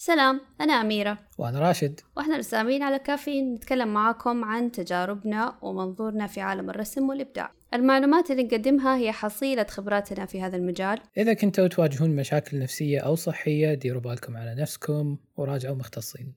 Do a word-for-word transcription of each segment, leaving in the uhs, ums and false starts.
سلام، أنا أميرة وأنا راشد، وإحنا رسامين على كافيين نتكلم معاكم عن تجاربنا ومنظورنا في عالم الرسم والإبداع. المعلومات اللي نقدمها هي حصيلة خبراتنا في هذا المجال. إذا كنتوا تواجهون مشاكل نفسية أو صحية ديروا بالكم على نفسكم وراجعوا مختصين.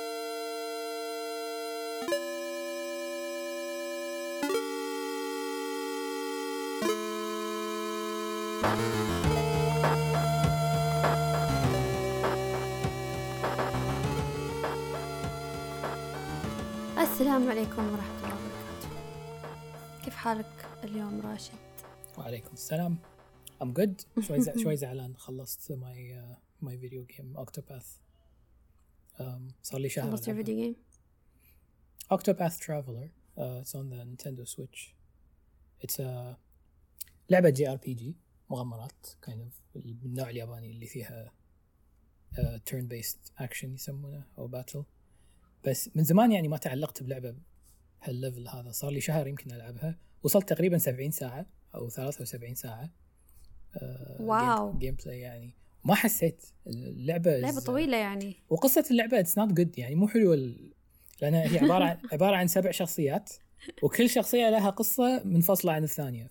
السلام عليكم ورحمة الله وبركاته. كيف حالك اليوم راشد؟ وعليكم السلام. I'm good. شوي زع... شوي زعلان خلصت my uh, my video game Octopath. Um, صار لي شهر. خلصت الفيديو جيم؟ Octopath Traveler. Uh, it's on the Nintendo Switch. It's a لعبة جي آر بي جي مغامرات kind of من النوع الياباني اللي فيها uh, turn based action يسمونه أو battle. بس من زمان يعني ما تعلقت بلعبة هالليفل هذا. صار لي شهر يمكن ألعبها. وصلت تقريبا سبعين ساعة أو ثلاثة وسبعين ساعة. آه واو. جيم بلاي يعني ما حسيت اللعبة لعبة طويلة يعني. وقصة اللعبة it's not good يعني مو حلوة ال... لأنها هي عبارة عن عبارة عن سبع شخصيات وكل شخصية لها قصة منفصلة عن الثانية.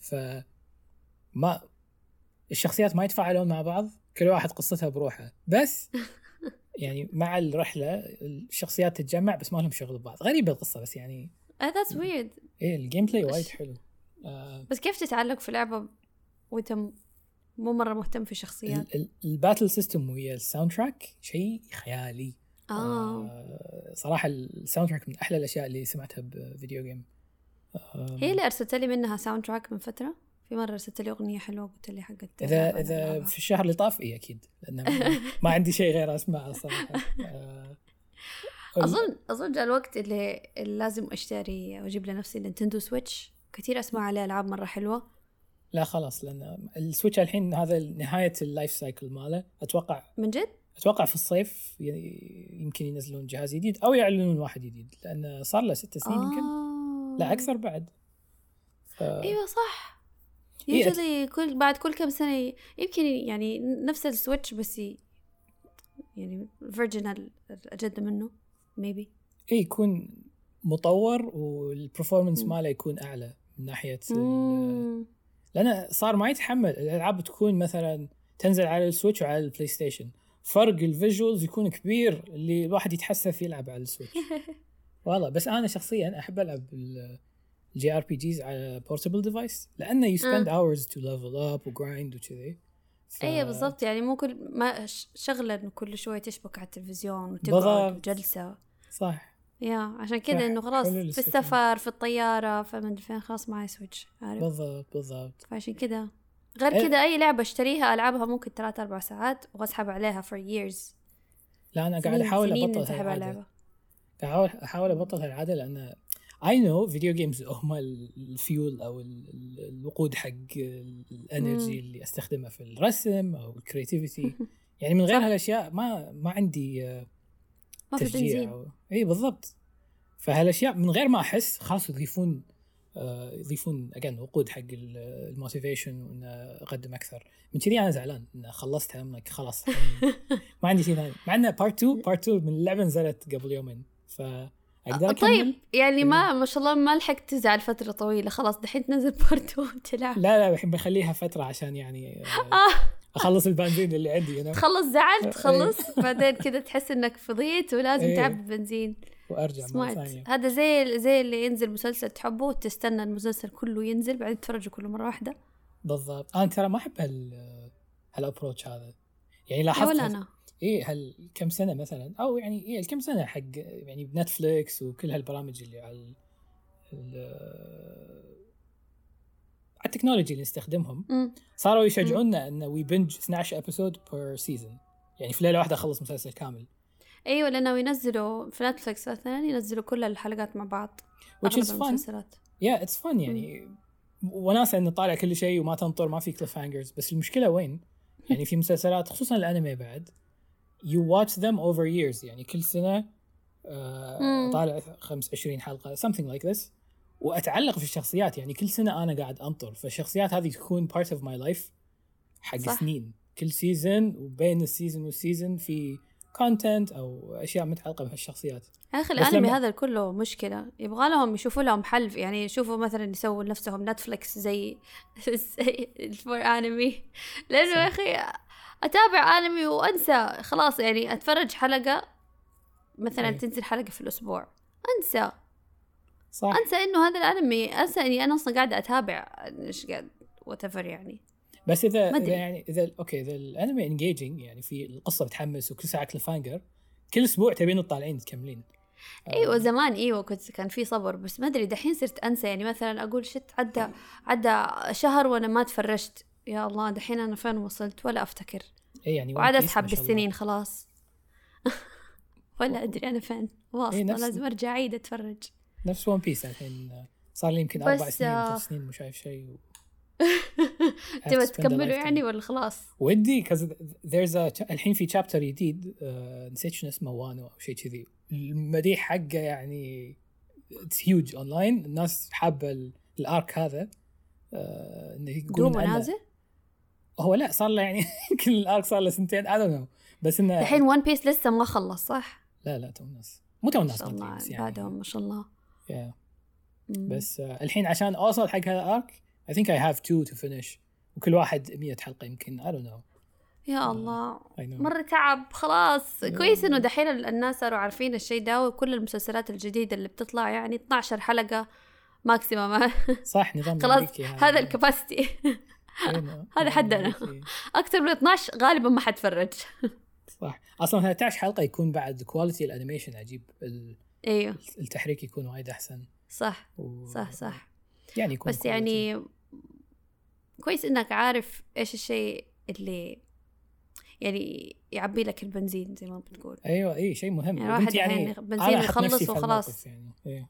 فما الشخصيات ما يتفاعلون مع بعض، كل واحد قصتها بروحها. بس يعني مع الرحلة الشخصيات تتجمع بس ما لهم شغل ببعض. غريبة القصة بس يعني آه that's weird. إيه الجيم بلاي وايد حلو. آه بس كيف تتعلق في لعبة وأنت مو مرة مهتم في الشخصيات؟ الباتل سيستم ويا الساوند تراك شيء خيالي. آه. آه صراحة الساوند تراك من أحلى الأشياء اللي سمعتها بفيديو جيم. آه هي اللي أرسلت لي منها ساوند تراك من فترة. في مرة أرسلت لي أغنية حلوة قلت لي حقت إذا إذا في الشهر اللي طاف إيه أكيد لأن ما, ما عندي شيء غير أسمعه صراحة. آه أظن أظن جاء الوقت اللي, اللي لازم أشتري وأجيب لنفسي نينتندو سويتش. كثير أسمع عليه ألعاب مرة حلوة. لا خلاص لأن السويتش الحين هذا نهاية اللايف سايكل ماله. أتوقع من جد أتوقع في الصيف يمكن ينزلون جهاز جديد أو يعلنون واحد جديد لأن صار له ست سنين آه. يمكن لا أكثر بعد. ف... أيوة صح. يجري كل بعد كل كم سنة يمكن يعني نفس السويتش بس يعني فيرجن الأجد منه maybe. إيه يكون مطور والبرفورمانس ماله يكون أعلى من ناحية لأنه صار ما يتحمل الألعاب تكون مثلا تنزل على السويتش وعلى البلاي ستيشن فرق الفيجوالز يكون كبير اللي الواحد يتحسف يلعب على السويتش. والله بس أنا شخصيا أحب ألعب الجي آر بي جيز على portable device لأنه you spend hours to level up و grind وكذي. ف... أيه بالضبط يعني مو كل ما شغلة إنه كل شوية تشبك على التلفزيون وتقعد جلسة. صح. يا عشان كده إنه خلاص في السفر في الطيارة فمن فين خلاص معي سويتش. عارف. بالضبط بالضبط. فعشان كده غير إيه؟ كده أي لعبة اشتريها ألعبها ممكن ثلاث أربع ساعات وأسحب عليها for years. لا أنا قاعد أحاول أبطل هالعادة. قاعد أحاول أبطل هالعادة لأن I know video games هم الفيول أو الوقود حق الانرجي اللي أستخدمها في الرسم أو الكرياتيفيتي. يعني من غير هالأشياء ما ما عندي ما في بنزين. أو... إيه بالضبط. فهالأشياء من غير ما أحس خلاص يضيفون آه يضيفون أجان وقود حق الموتيفيشن وإن أقدم أكثر. من كذي أنا زعلان إن خلصتها أمك خلاص ما عندي شيء ثاني. مع إنه part two part two من اللعبة نزلت قبل يومين ف أقدر طيب يعني ما ما شاء الله ما لحقت تزعل فترة طويلة خلاص دحين تنزل بارت تو تلعب. لا لا الحين بخليها فترة عشان يعني أخلص البنزين اللي عندي أنا. تخلص زعلت تخلص بعدين كده تحس إنك فضيت ولازم تعبي بنزين وأرجع مرة ثانية. هذا زي زي اللي ينزل مسلسل تحبه وتستنى المسلسل كله ينزل بعدين تتفرجه كله مرة واحدة. بالضبط. أنا ترى ما أحب هال هالأبروتش هذا يعني لاحظت ولا أنا إيه هال كم سنة مثلا أو يعني إيه الكم سنة حق يعني بنتفليكس وكل هالبرامج اللي على التكنولوجي اللي نستخدمهم م. صاروا يشجعونا إنه وي بنج اثناشر episode per season يعني في ليلة واحدة أخلص مسلسل كامل. أيوة لأنه ينزلوا في نتفليكس مثلا ينزلوا كل الحلقات مع بعض which is fun yeah it's fun يعني وناسة إنه طالع كل شيء وما تنطر ما في cliffhangers. بس المشكلة وين يعني في مسلسلات خصوصا الأنمي بعد you watch them over years يعني كل سنة آه طالع خمسة وعشرين حلقة something like this وأتعلق في الشخصيات يعني كل سنة أنا قاعد أنطر فالشخصيات هذه تكون part of my life حق صح. سنين كل سيزن وبين السيزن والسيزن في كونتنت او اشياء متعلقه بهالشخصيات. يا اخي الانمي لما... هذا كله مشكله، يبغى لهم يشوفوا لهم حل، يعني يشوفوا مثلا يسووا لنفسهم نتفليكس زي فور انمي، لانه يا اخي اتابع انمي وانسى خلاص، يعني اتفرج حلقه مثلا أي. تنزل حلقه في الاسبوع انسى صح. انسى انه هذا الانمي، انسى اني انا اصلا قاعده اتابع ايش قاعد واتفر يعني. بس اذا, إذا يعني اذا اوكي اذا الانمي انجيجنج يعني في القصه بتحمس وكل ساعه كليفهانجر كل اسبوع تبين طالعين تكملين. ايوه زمان ايوه كنت كان في صبر، بس ما ادري دحين صرت انسى، يعني مثلا اقول شت عدى عدى شهر وانا ما تفرجت، يا الله دحين انا فين وصلت ولا افتكر. اي يعني وعاد اسحب بالسنين خلاص ولا ادري انا فين واصله، لازم ارجع عيد اتفرج. نفس ون بيس الحين صار لي يمكن اربع سنين ثلاث سنين مش شايف شيء و... تبغى تكمله يعني ولا خلاص؟ ودي كذا there's a الحين في chapter جديد uh, نسيت شنو اسمه وانو أو شيء كذي، المديح حقه يعني it's huge online، الناس حابة الارك هذا uh, إنه يقولون عنه نازل؟ هو لا صار له يعني كل الارك صار له سنتين I don't know، بس إنه الحين ون بيس لسه ما خلص صح؟ لا لا تو الناس مو تو الناس يعني بعدهم ما شاء الله. yeah. بس uh, الحين عشان أوصل حق هذا الارك I think I have two to finish، وكل واحد مية حلقة يمكن I don't know. يا الله مرة تعب خلاص. كويس إنه دحين الناس صاروا عارفين الشيء ده، وكل المسلسلات الجديدة اللي بتطلع يعني اثنا عشر حلقة ماكسيموم. صح نظام خلاص هذا الكباستي هذا حدنا، أكثر من اثنا عشر غالبا ما حتفرج. صح أصلا ثلاثة عشر حلقة يكون بعد كواليتي الأنيميشن عجيب، أيوه التحريك يكون وايد أحسن. صح و... صح صح يعني يكون بس كواليتي. يعني كويس إنك عارف إيش الشيء اللي يعني يعبي لك البنزين زي ما بتقول. أيوة إيه شيء مهم يعني واحد يعني بنزين يخلص وخلاص يعني. إيه.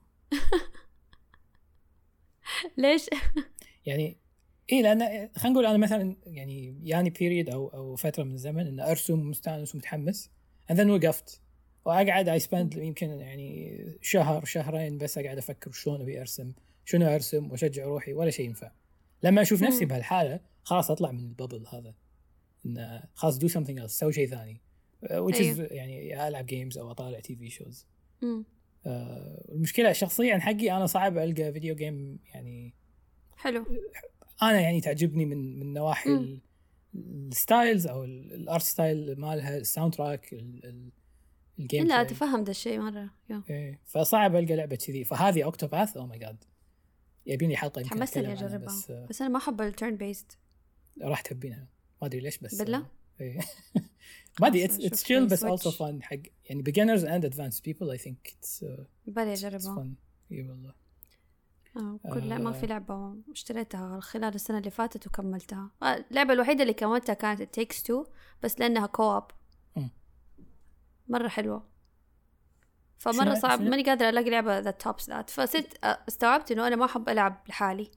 ليش؟ يعني إيه لأن خلينا نقول أنا مثلا يعني يعني بيريد أو أو فترة من الزمن إن أرسم مستانس ومتحمس and then وقفت وأقعد I spend يمكن يعني شهر شهرين بس أقعد أفكر شلون أبي أرسم شنو أرسم وأشجع روحي ولا شيء ينفع. لما أشوف نفسي بهالحالة خلاص أطلع من البابل هذا، إن خلاص do something else سوي شيء ثاني which is يعني ألعب games أو أطالع تي في shows. آه المشكلة شخصيا حقي أنا صعب ألقى فيديو جيم يعني حلو أنا يعني تعجبني من من نواحي الستايلز أو الارت ستايل مالها الساوند تراك الجيم. لا أتفهم ده الشيء مرة. إيه فصعب ألقى لعبة كذي، فهذه أوكتوباث أو ماي جاد يبيني حلقة يمكن أتكلم عنها بس بس أنا ما أحب التيرن بيست. راح تحبينها ما أدري ليش بس بالله إيه ما أدري it's it's chill بس also fun حق يعني beginners and advanced people I think it's uh, بالي أجربها. إيه والله آه كل لا ما في لعبة اشتريتها خلال السنة اللي فاتت وكملتها. اللعبة الوحيدة اللي كملتها كانت Takes Two بس لأنها كواب مرة حلوة، فمرة صعب ماني قادرة ألاقي لعبة that tops that، فصرت استوعبت إنه أنا ما أحب ألعب لحالي.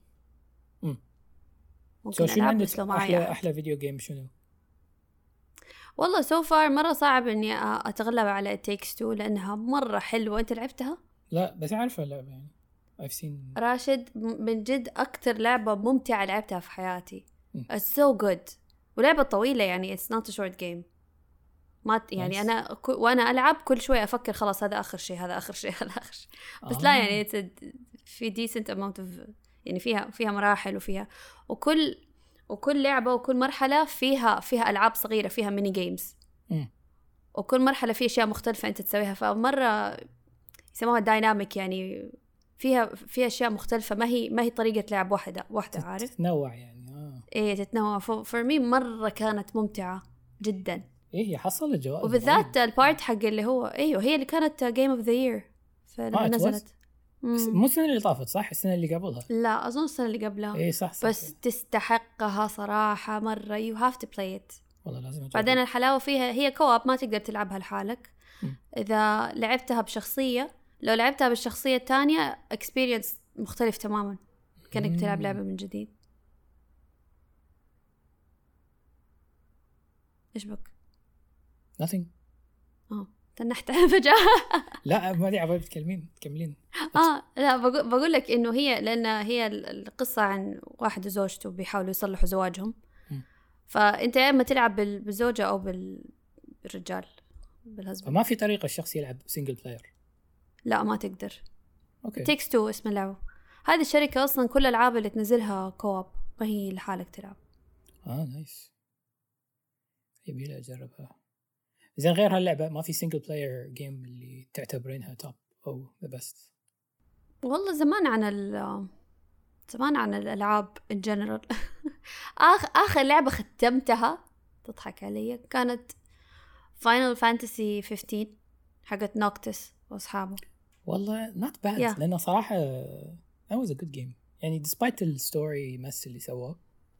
ممكن so ألعب بس لو معي أحلى, أحلى فيديو جيم شنو؟ والله so far مرة صعب إني أتغلب على Takes Two لأنها مرة حلوة. أنت لعبتها؟ لا بس عارفة اللعبة يعني I've seen. راشد من جد أكتر لعبة ممتعة لعبتها في حياتي. It's so good ولعبة طويلة يعني it's not a short game. ما يعني nice. أنا ك... وأنا ألعب كل شوي أفكر خلاص هذا آخر شيء هذا آخر شيء هذا آخر شيء بس آه. لا يعني في decent amount of يعني فيها فيها مراحل وفيها وكل وكل لعبة وكل مرحلة فيها فيها ألعاب صغيرة فيها ميني جيمز وكل مرحلة فيها أشياء مختلفة أنت تسويها، فمرة يسموها دايناميك يعني فيها فيها أشياء مختلفة ما هي ما هي طريقة لعب واحدة واحدة عارف تتنوع يعني آه. إيه تتنوع. for me مرة كانت ممتعة جدا. إيه هي حصل الجوائز وبالذات البارت حق اللي هو أيوه هي اللي كانت Game of the Year فلما آه نزلت. مو السنة اللي طافت صح السنة اللي قبلها؟ لا أظن السنة اللي قبلها. إيه صح, صح بس صح. تستحقها صراحة مرة you have to play it. والله لازم أجرب. بعدين الحلاوة فيها هي كواب ما تقدر تلعبها لحالك. م. إذا لعبتها بشخصية لو لعبتها بالشخصية الثانية experience مختلف تماما كأنك تلعب لعبة من جديد. إيش بك؟ nothing. آه تنحت فجأة. لا ما دي عبالي بتكلمين تكملين. آه لا بقول بقول لك إنه هي لأن هي القصة عن واحد وزوجته بيحاولوا يصلحوا زواجهم م. فأنت يا إما تلعب بالزوجة أو بالرجال بالهزبند. ما في طريقة الشخص يلعب سينجل بلاير؟ لا ما تقدر. اوكي. تيكس تو اسم اللعبة. هذه الشركة اصلا كل الالعاب اللي تنزلها كواب، ما هي لحالك تلعب. اه نايس، يبي لي اجربها. زين غير هاللعبة ما في سينجل بلاير جيم اللي تعتبرينها توب او ذا بيست؟ والله زمان عن ال زمان عن الالعاب ان جنرال. اخر اخر لعبة ختمتها تضحك علي كانت فاينل فانتسي خمسة عشر حقت نوكتس واصحابه. والله not bad yeah. لأنه صراحة that was a good game يعني despite الستوري مس اللي سواه.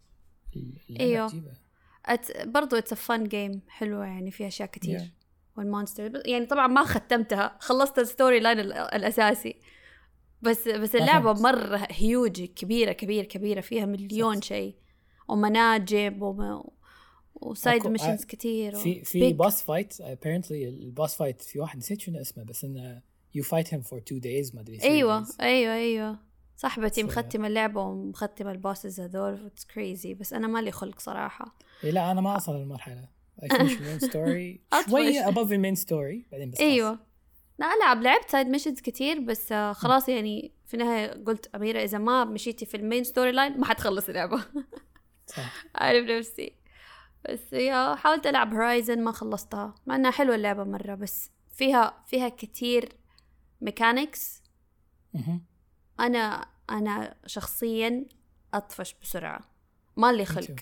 ايوه برضو it's a fun game حلوة يعني فيها أشياء كتير yeah. والمونستر يعني طبعا ما ختمتها، خلصت الستوري لاين الأساسي بس بس اللعبة مرة هيوج كبيرة كبيرة كبيرة فيها مليون شيء ومناجم وم... وسايد ميشنز كتير في في باس فايت apparently الباس فايت في واحد نسيت شنو اسمه بس انه you fight him for two days ما ادري. ايوه ايوه ايوه صاحبتي مختمه اللعبه ومختمه الباسز هذول it's crazy بس انا مالي خلق صراحه. إيه لا انا ما اصل المرحله I finish the main story شويه above the main story بعدين بس ايوه لا العب لعبت سايد ميشنز كتير بس خلاص يعني في النهايه قلت أميرة اذا ما مشيتي في المين ستوري لاين ما حتخلص اللعبه. صح عارف نفسي. بس يا حاولت ألعب هورايزن ما خلصتها مع أنها حلوة اللعبة مرة بس فيها فيها كتير ميكانيكس. أنا أنا شخصيا أطفش بسرعة ما لي خلق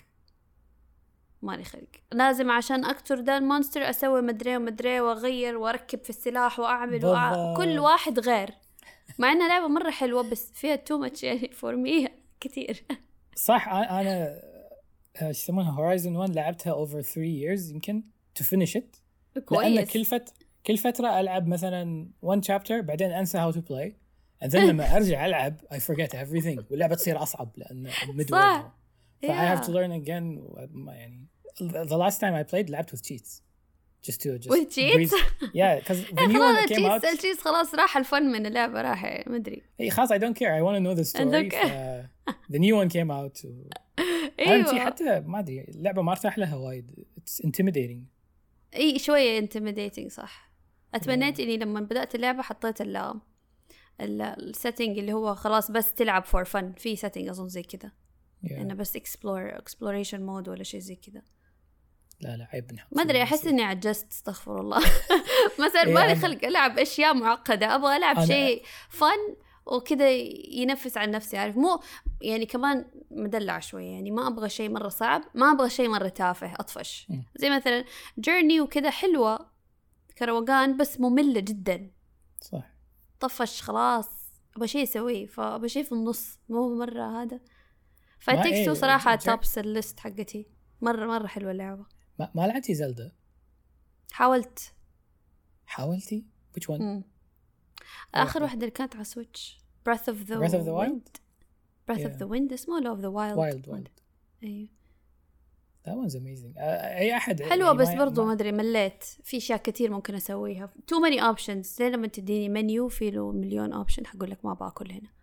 ما لي خلق لازم عشان أقتل ده المونستر أسوي مدري ومدري وأغير وأركب في السلاح وأعمل وأع... كل واحد غير مع أنها لعبة مرة حلوة بس فيها تو ماتش يعني فورمية كتير. صح أنا ايش يسمونها هورايزن واحد لعبتها over three years يمكن to finish it لأن كل فت كل فترة ألعب مثلا one chapter بعدين أنسى how to play and then لما أرجع ألعب I forget everything واللعبة تصير أصعب لأن midway ف I have to learn again يعني the last time I played لعبت with cheats just to just with cheats yeah because the new one that came out الcheats خلاص راح الفن من اللعبة راح ما أدري إيه خلاص I don't care I want to know the story ف the new one came out و... أيوة. حتى ما أدري اللعبة ما ارتاح لها وايد it's intimidating. إيه شوية intimidating صح. أتمنيت إني لما بدأت اللعبة حطيت ال السيتنج اللي هو خلاص بس تلعب for fun في سيتنج أظن زي كده yeah. إنه بس explore exploration mode ولا شيء زي كده. لا لا عيب نحط ما أدري أحس إني عجزت استغفر الله. مثلا ما لي خلق ألعب أشياء معقدة أبغى ألعب شيء fun وكده ينفس عن نفسي عارف مو يعني كمان مدلع شوية يعني ما أبغى شيء مرة صعب ما أبغى شيء مرة تافه أطفش م. زي مثلا جيرني وكده حلوة كروقان بس مملة جدا صح طفش خلاص أبغى شيء يسويه فأبغى شيء في النص مو مرة هذا فتكستو صراحة توبس الليست حقتي مرة مرة حلوة اللعبة. ما, ما لعبتي زلدة؟ حاولت حاولتي؟ which one؟ م. آخر واحدة اللي كانت على سويتش Breath of the Breath of the Wild Breath yeah. of the Wind اسمه ولا of the Wild Wild Wild أيوه that one's amazing. أي أحد حلوة يعني بس برضو ما أدري مليت في أشياء كتير ممكن أسويها too many options زي لما تديني منيو في له مليون option هقول لك ما باكل هنا.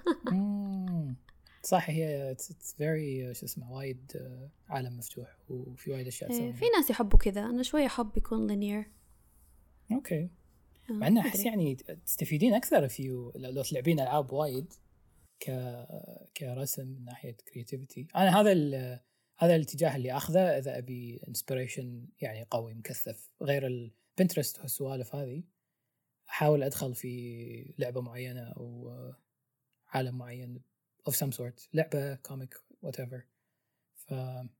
صح هي it's very شو اسمه وايد عالم مفتوح وفي وايد أشياء تسويها. في ناس يحبوا كذا أنا شوية أحب يكون linear. أوكي مع أنه أحس يعني تستفيدين أكثر في لو تلعبين ألعاب وايد ك كرسم من ناحية creativity. أنا هذا ال هذا الاتجاه اللي أخذه إذا أبي inspiration يعني قوي مكثف غير البنترست والسوالف هذه أحاول أدخل في لعبة معينة أو عالم معين of some sort لعبة كوميك whatever. ف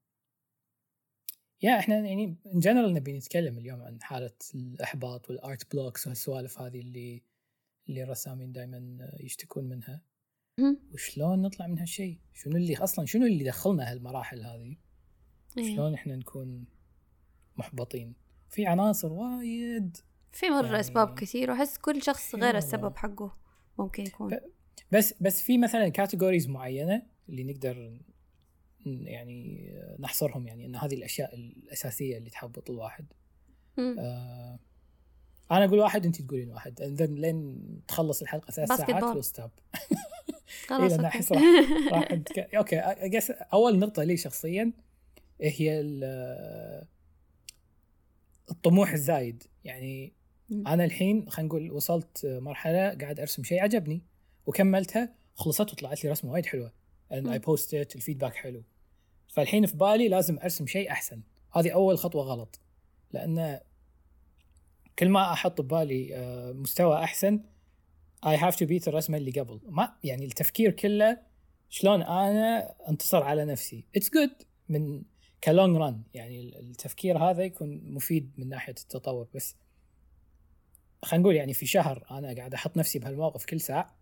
يا إحنا يعني in general نبي نتكلم اليوم عن حالة الإحباط والارت بلوكس والسوالف هذه اللي اللي الرسامين دائما يشتكون منها وشلون نطلع من هالشيء شنو اللي أصلا شنو اللي دخلنا هالمراحل هذه شلون إحنا نكون محبطين. في عناصر وايد في مرة يعني أسباب كثير وأحس كل شخص غير السبب حقه ممكن يكون بس بس في مثلا كاتيجوريز معينة اللي نقدر يعني نحصرهم يعني إن هذه الأشياء الأساسية اللي تحبط الواحد. آه أنا أقول واحد أنت تقولين واحد and then لين تخلص الحلقة ثلاث ساعات وستوب. خلاص إيه أحس راح راح أوكي أجلس أول نقطة لي شخصيا هي ال الطموح الزايد. يعني أنا الحين خلينا نقول وصلت مرحلة قاعد أرسم شيء عجبني وكملتها خلصت وطلعت لي رسمة وايد حلوة and I posted الفيدباك حلو، فالحين في بالي لازم أرسم شيء أحسن. هذه أول خطوة غلط، لأن كل ما أحط ببالي مستوى أحسن I have to beat الرسمة اللي قبل. ما يعني التفكير كله شلون أنا أنتصر على نفسي. It's good من كلونج ران، يعني التفكير هذا يكون مفيد من ناحية التطور. بس خلينا نقول يعني في شهر أنا قاعد أحط نفسي بهالموقف كل ساعة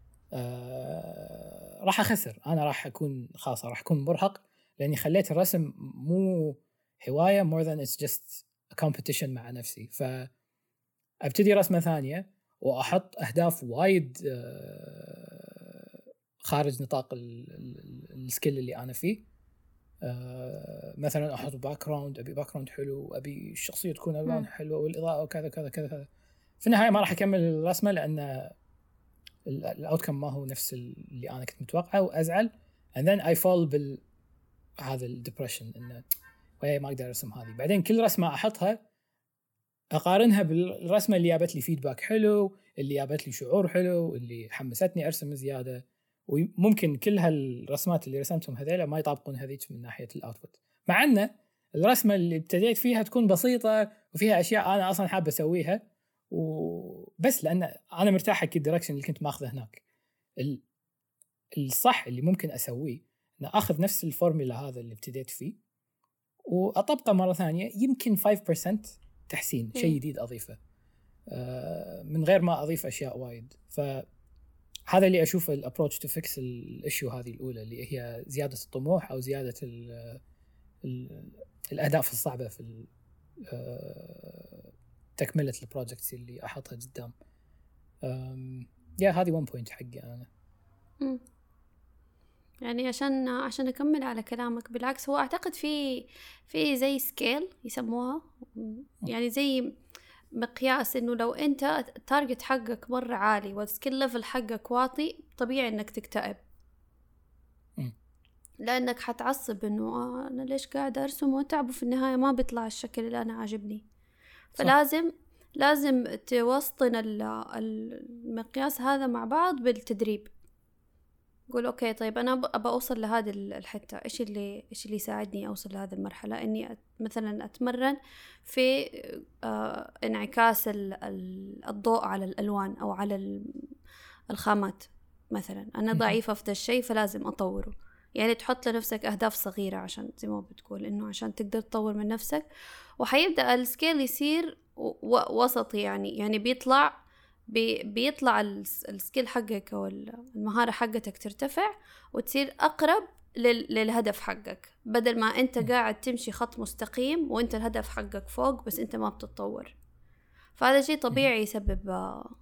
آه راح أخسر. أنا راح أكون خلاص راح أكون مرهق لأني خليت الرسم مو هواية more than it's just a competition مع نفسي. فأبتدي رسمة ثانية وأحط أهداف وايد آه خارج نطاق السكيل اللي أنا فيه. آه مثلا أحط باك جراوند، أبي باك جراوند حلو، أبي الشخصية تكون ألوان حلوة والإضاءة وكذا كذا كذا كذا. في النهاية ما راح أكمل الرسمة لأن الأوتكم ما هو نفس اللي أنا كنت متوقعه وأزعل and then I fall بال هذا الديبريشن إنه ويا ما أقدر أرسم هذه. بعدين كل رسمة أحطها أقارنها بالرسمة اللي جابت لي فيدباك حلو، اللي جابت لي شعور حلو، اللي حمستني أرسم زيادة. وممكن كل هالرسمات اللي رسمتهم هذيلا ما يطابقون هذيك من ناحية الأوتبوت، مع أن الرسمة اللي ابتديت فيها تكون بسيطة وفيها أشياء أنا أصلا حابة أسويها وبس لأن أنا مرتاح حق الديركشن اللي كنت ماخذه هناك. الصح اللي ممكن أسويه أن أخذ نفس الفورمولا هذا اللي ابتديت فيه وأطبقه مرة ثانية، يمكن خمسة بالمئة تحسين، شيء جديد أضيفه من غير ما أضيف أشياء وايد. فهذا اللي أشوفه الابروتش تو فيكس الاشيو هذه الأولى اللي هي زيادة الطموح أو زيادة ال ال الأهداف الصعبة في تكملة البروجكتس اللي أحطها قدام. يا هذه one point حقي أنا. م. يعني عشان عشان أكمل على كلامك، بالعكس هو أعتقد في في زي سكيل يسموها، يعني زي مقياس إنه لو أنت التارجت حقك مرة عالي والسكيل ليفل حقك واطي طبيعي إنك تكتئب، م. لأنك حتعصب إنه آه أنا ليش قاعد أرسم وأتعب وفي النهاية ما بيطلع الشكل اللي أنا عاجبني. فلازم لازم توسطن المقياس هذا مع بعض بالتدريب. قول أوكي طيب أنا أبى أوصل لهذه الحتة، إيش اللي إيش اللي يساعدني أوصل لهذه المرحلة؟ إني أت مثلا أتمرن في آه انعكاس الضوء على الألوان أو على الخامات مثلا. أنا ضعيفة في ذا الشيء فلازم أطوره. يعني تحط لنفسك أهداف صغيرة عشان زي ما بتقول إنه عشان تقدر تطور من نفسك، وحيبدأ السكيل يصير وسطي. يعني يعني بيطلع بي بيطلع السكيل حقك أو المهارة حقتك ترتفع وتصير أقرب للهدف حقك، بدل ما أنت قاعد تمشي خط مستقيم وأنت الهدف حقك فوق بس أنت ما بتتطور. فهذا شيء طبيعي يسبب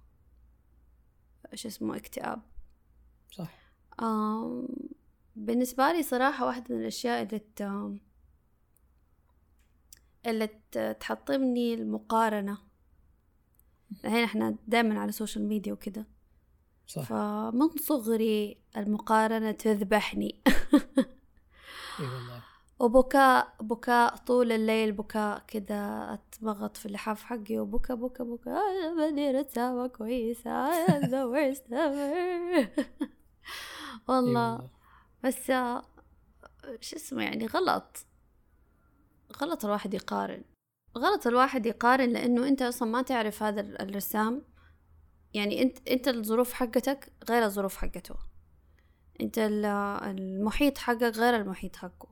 إيش اسمه اكتئاب. صح. آم بالنسبة لي صراحة واحدة من الأشياء اللي ت... اللي تحطمني المقارنة. الحين احنا دائما على السوشيال ميديا وكده، صح. فمن صغري المقارنة تذبحني. اي والله. وبكاء بكاء طول الليل، بكاء كده أتمغط في اللحاف حقي وبكاء بكاء بكاء أنا بدي رسامة كويسة the worst ever. والله بس شو اسمه يعني غلط غلط الواحد يقارن، غلط الواحد يقارن لأنه أنت أصلا ما تعرف هذا الرسام. يعني أنت أنت الظروف حقتك غير الظروف حقته، أنت المحيط حقك غير المحيط حقه.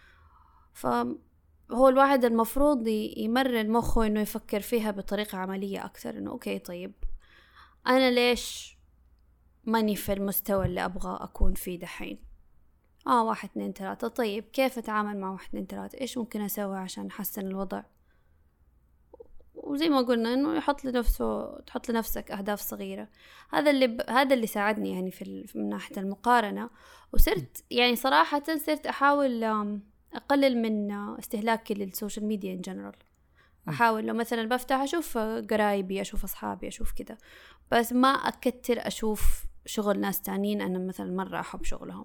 فهو الواحد المفروض يمرن مخه إنه يفكر فيها بطريقة عملية أكثر. إنه أوكي طيب أنا ليش ماني في المستوى اللي أبغى أكون فيه دحين؟ آه واحد اثنين ثلاثة. طيب كيف أتعامل مع واحد اثنين ثلاثة؟ إيش ممكن أسوي عشان أحسن الوضع؟ وزي ما قلنا إنه يحط لنفسه تحط لنفسك أهداف صغيرة. هذا اللي ب... هذا اللي ساعدني يعني في ال... من ناحية المقارنة. وصرت يعني صراحة صرت أحاول أقلل من استهلاكي للسوشيال ميديا إن جنرال. أحاول لو مثلا بفتح أشوف قرايبي، أشوف أصحابي، أشوف كده، بس ما أكتر أشوف شغل ناس تانيين أنا مثلا مرة أحب شغلهم،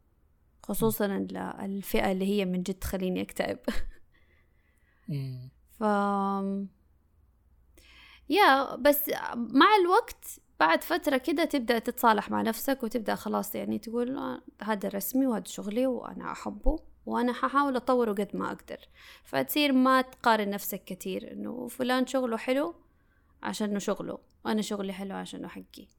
خصوصا الفئة اللي هي من جد خليني أكتئب. ف يا بس مع الوقت بعد فترة كده تبدأ تتصالح مع نفسك وتبدأ خلاص يعني تقول آه هذا رسمي وهذا شغلي وأنا أحبه وأنا ححاول أطوره قد ما أقدر. فتصير ما تقارن نفسك كتير إنه فلان شغله حلو عشانه شغله وأنا شغلي حلو عشانه حقي.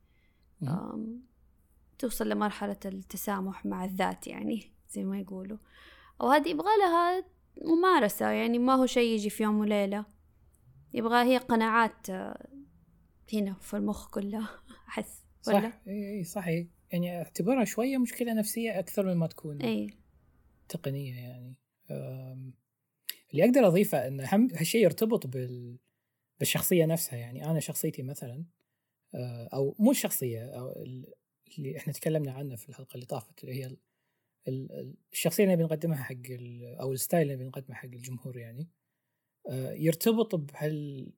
توصل لمرحلة التسامح مع الذات يعني زي ما يقولوا، وهذه يبغى لها ممارسة يعني ما هو شيء يجي في يوم وليلة، يبغى هي قناعات هنا في المخ كلها أحس. صح اي صحيح يعني اعتبرها شوية مشكلة نفسية أكثر من ما تكون أي. تقنية يعني. اللي أقدر أضيفه أن هم هالشيء يرتبط بال بالشخصية نفسها. يعني أنا شخصيتي مثلا أو مو الشخصية أو اللي إحنا تكلمنا عنه في الحلقة اللي طافت اللي هي الشخصية اللي بنقدمها حق أو الستايل اللي بنقدمها حق الجمهور يعني يرتبط بهال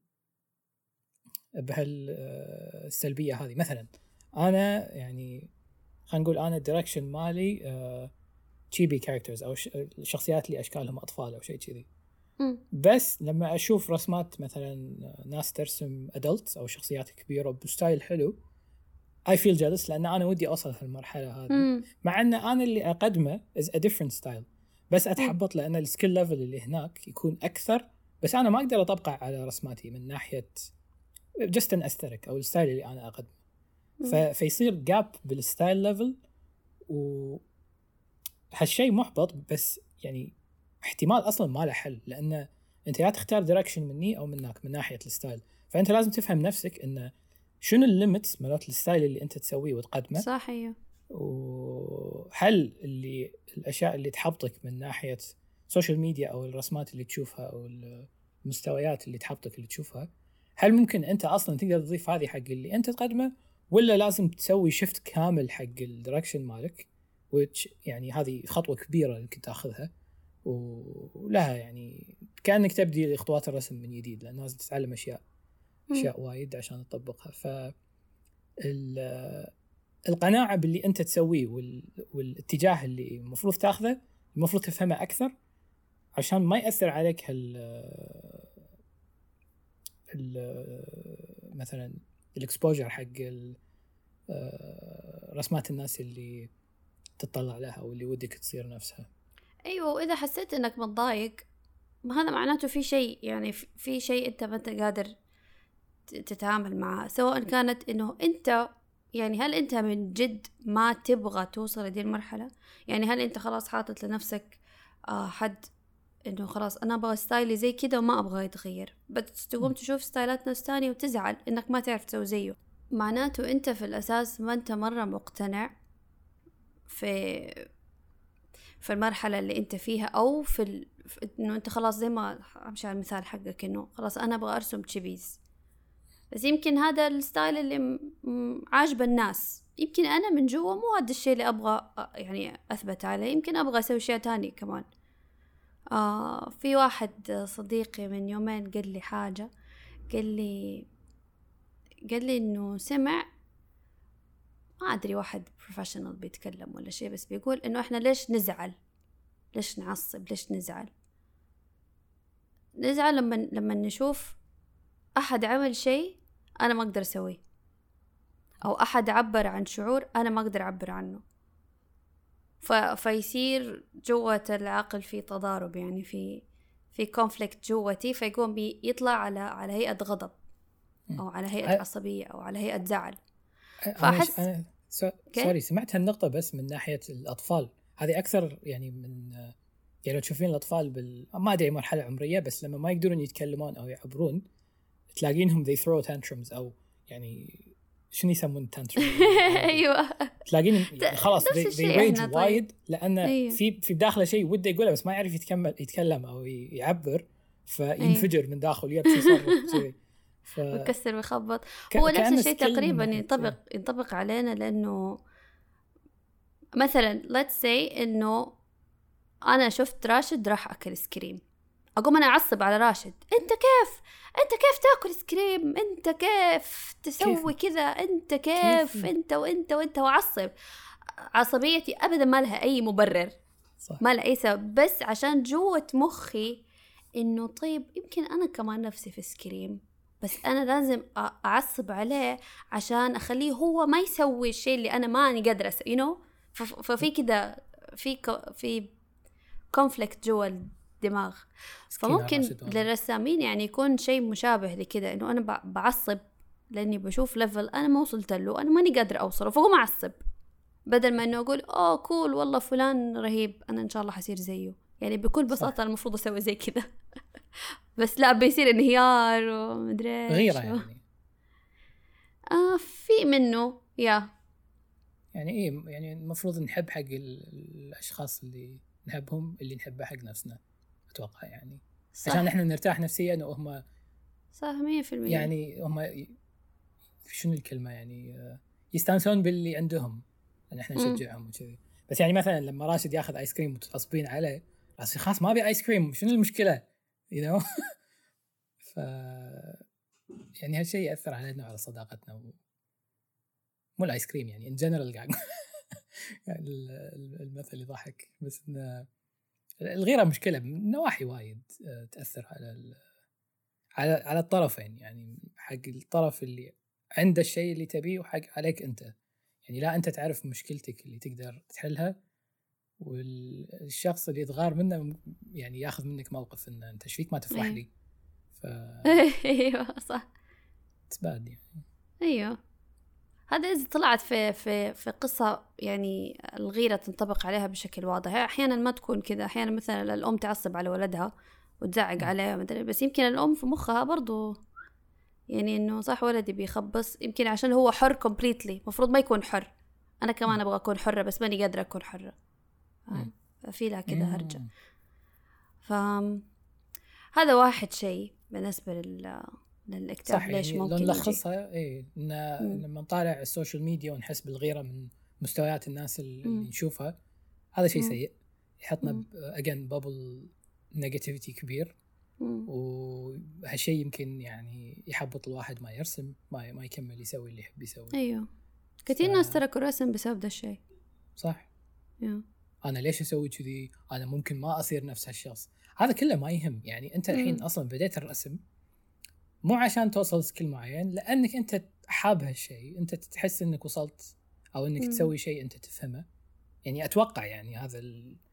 بهالسلبية هذه. مثلا أنا يعني خلينا نقول أنا الديركشن مالي تشيبي كاركترز أو الشخصيات اللي أشكالهم أطفال أو شيء كذي، بس لما أشوف رسمات مثلا ناس ترسم أدلت أو شخصيات كبيرة بستايل حلو I feel jealous لأن أنا ودي أوصل هالمرحلة هذه م. مع أن أنا اللي أقدمه is a different style، بس أتحبط لأن السكيل ليفل اللي هناك يكون أكثر، بس أنا ما أقدر أطبقه على رسماتي من ناحية just an aesthetic أو الستايل اللي أنا أقدمه. ف... فيصير gap بالستايل ليفل، وهالشيء محبط، بس يعني احتمال أصلا ما له حل، لأن أنت يا تختار دايركشن مني أو منك من ناحية الستايل، فأنت لازم تفهم نفسك إنه شنو الليميتس مالت الستايل اللي أنت تسويه وتقدمه. صحيح. وهل اللي الأشياء اللي تحبطك من ناحية سوشيال ميديا أو الرسمات اللي تشوفها أو المستويات اللي تحبطك اللي تشوفها، هل ممكن أنت أصلا تقدر تضيف هذه حق اللي أنت تقدمه، ولا لازم تسوي شيفت كامل حق الدايركشن مالك؟ which يعني هذه خطوة كبيرة يمكن تأخذها، ولها يعني كأنك تبدي خطوات الرسم من جديد، لأن لازم تتعلم أشياء أشياء وايد عشان تطبقها. ف القناعة باللي أنت تسويه والاتجاه اللي المفروض تأخذه المفروض تفهمه أكثر عشان ما يأثر عليك هال مثلا الإكسبوجر حق رسمات الناس اللي تطلع لها واللي ودك تصير نفسها. أيوة، وإذا حسيت أنك متضايق هذا معناته في شيء، يعني في شيء أنت ما أنت قادر تتعامل معه، سواء كانت إنه أنت يعني هل أنت من جد ما تبغى توصل لدي المرحلة؟ يعني هل أنت خلاص حاطط لنفسك آه حد إنه خلاص أنا أبغى ستايلي زي كده وما أبغى يتغير، بس تقوم تشوف ستايلات ناس تانية وتزعل إنك ما تعرف تسوي زيه، معناته أنت في الأساس ما أنت مرة مقتنع في في المرحلة اللي أنت فيها، أو في, ال... في إنه أنت خلاص زي ما أمشي على المثال حقك إنه خلاص أنا أبغى أرسم تشيبيز، بس يمكن هذا الستايل اللي م... عاجب الناس، يمكن أنا من جوا مو هذا الشيء اللي أبغى يعني أثبت عليه، يمكن أبغى أسوي شيء تاني كمان. آه في واحد صديقي من يومين قال لي حاجة، قال لي قال لي إنه سمع ما أدري واحد بروفيشنال بيتكلم ولا شيء، بس بيقول إنه إحنا ليش نزعل، ليش نعصب، ليش نزعل نزعل لما لما نشوف أحد عمل شيء أنا ما أقدر أسويه، أو أحد عبر عن شعور أنا ما أقدر أعبر عنه، ف... فيصير جوة العقل في تضارب، يعني في في كونفليكت جوتي، فيقوم بيطلع على على هيئة غضب أو على هيئة عصبية أو على هيئة زعل. فأحس أنا سوري سمعت هالنقطة بس من ناحية الأطفال، هذه أكثر يعني من يعني لو تشوفين الأطفال بال ما أدري مرحلة عمرية، بس لما ما يقدرون يتكلمون أو يعبرون تلاقينهم they throw tantrums، أو يعني شنو يسمون tantrums أيوة تلاقين خلاص they, they rage وايد، لأن أيوة. في في بداخله شيء وده يقوله بس ما يعرف يتكمل يتكلم أو يعبر، فينفجر أيوة. من داخل يبكي يصرخ شيء ف... ويكسر ويخبط. هو نفس الشيء تقريبا ينطبق ينطبق علينا، لأنه مثلا let's say إنه أنا شفت راشد راح أكل سكريم، أقوم أنا أعصب على راشد، أنت كيف أنت كيف تأكل سكريم، أنت كيف تسوي كذا، أنت كيف, كيف أنت وأنت وأنت وأعصب. عصبيتي أبدا ما لها أي مبرر، صح. ما لها أي سبب، بس عشان جوة مخي إنه طيب يمكن أنا كمان نفسي في سكريم، بس أنا لازم أعصب عليه عشان أخليه هو ما يسوي الشيء اللي أنا ماني قادرة أسويه you know؟ ففي كده في في كونفليكت جوا الدماغ. فممكن للرسامين يعني يكون شيء مشابه لكده، إنه أنا بعصب لأني بشوف ليفل أنا ما وصلت له، أنا ماني قادرة أوصله، فهو معصب، بدل ما إنه أقول أوه كول والله فلان رهيب أنا إن شاء الله حصير زيه. يعني بكل بساطة المفروض أسوي زي كده بس لا بيصير انهيار ومدري غيرة يعني. آه في منه يا يعني إيه يعني المفروض نحب حق الأشخاص اللي نحبهم اللي نحبه حق نفسنا أتوقع يعني صح. عشان نحن نرتاح نفسيا وهم صح مية في المية يعني هم شنو الكلمة يعني يستانسون باللي عندهم أن إحنا نشجعهم وكذي. بس يعني مثلا لما راشد ياخذ آيس كريم وتغصبين عليه راسي خلاص ما أبي آيس كريم شنو المشكلة you know ف يعني هالشيء يأثر علينا وعلى صداقتنا و... مو الآيس كريم يعني إن جنرال قاعد يعني المثل يضحك بس إن الغيرة مشكلة من نواحي وايد تأثر على ال... على على الطرفين يعني حق الطرف اللي عنده الشيء اللي تبيه وحق عليك أنت يعني لا أنت تعرف مشكلتك اللي تقدر تحلها والشخص اللي يتغار منه يعني ياخذ منك موقف إن أنت شفيك ما تفرح لي ف... أيوة صح تباد يعني. أيوة هذا إذا طلعت في في في قصة يعني الغيرة تنطبق عليها بشكل واضح. أحيانا ما تكون كذا، أحيانا مثلا الأم تعصب على ولدها وتزعق عليه مثلا، بس يمكن الأم في مخها برضو يعني إنه صح ولدي بيخبص يمكن عشان هو حر completely، مفروض ما يكون حر، أنا كمان أبغى أكون حرة بس ماني قادرة أكون حرة. في لها كده هرجة. فهذا واحد شيء بالنسبة لل للاكتئاب ليش يعني ممكن نلخصها ايه إن لما نطالع السوشيال ميديا ونحس بالغيرة من مستويات الناس اللي مم. نشوفها هذا شيء سيء يحطنا اجين بابل نيجاتيفيتي كبير مم. وهالشيء يمكن يعني يحبط الواحد ما يرسم ما ما يكمل يسوي اللي يحب يسوي. ايوه كثير ف... ناس تركوا الرسم بسبب ده الشيء. صح yeah. انا ليش اسوي كذي، انا ممكن ما اصير نفس هالشخص، هذا كله ما يهم. يعني انت الحين مم. اصلا بديت الرسم مو عشان توصل سكيل معين، لأنك أنت حاب هالشيء، أنت تحس أنك وصلت أو أنك م. تسوي شيء أنت تفهمه. يعني أتوقع يعني هذا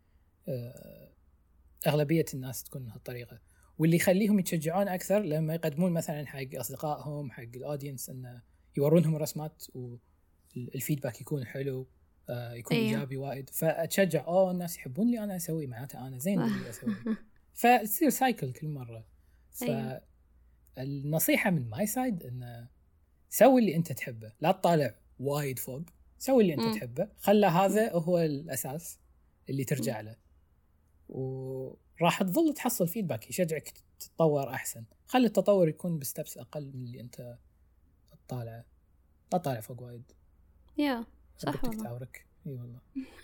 أغلبية الناس تكون هالطريقة، واللي يخليهم يتشجعون أكثر لما يقدمون مثلا حق أصدقائهم حق الأودينس أنه يورونهم الرسمات والفيدباك يكون حلو يكون أيه. إيجابي وايد، فأتشجع أوه الناس يحبون لي أنا أسوي معناته أنا زين اللي أسوي فتصير سايكل كل مرة. ف أيه. النصيحة من ماي سايد إنه سوي اللي أنت تحبه، لا تطالع وايد فوق، سوي اللي أنت م. تحبه، خلى هذا هو الأساس اللي ترجع له، وراح تظل تحصل فيدباك يشجعك تتطور أحسن. خلي التطور يكون بستبس أقل من اللي أنت تطالعه، لا تطالع فوق وايد. يا صح والله. تعورك إي والله.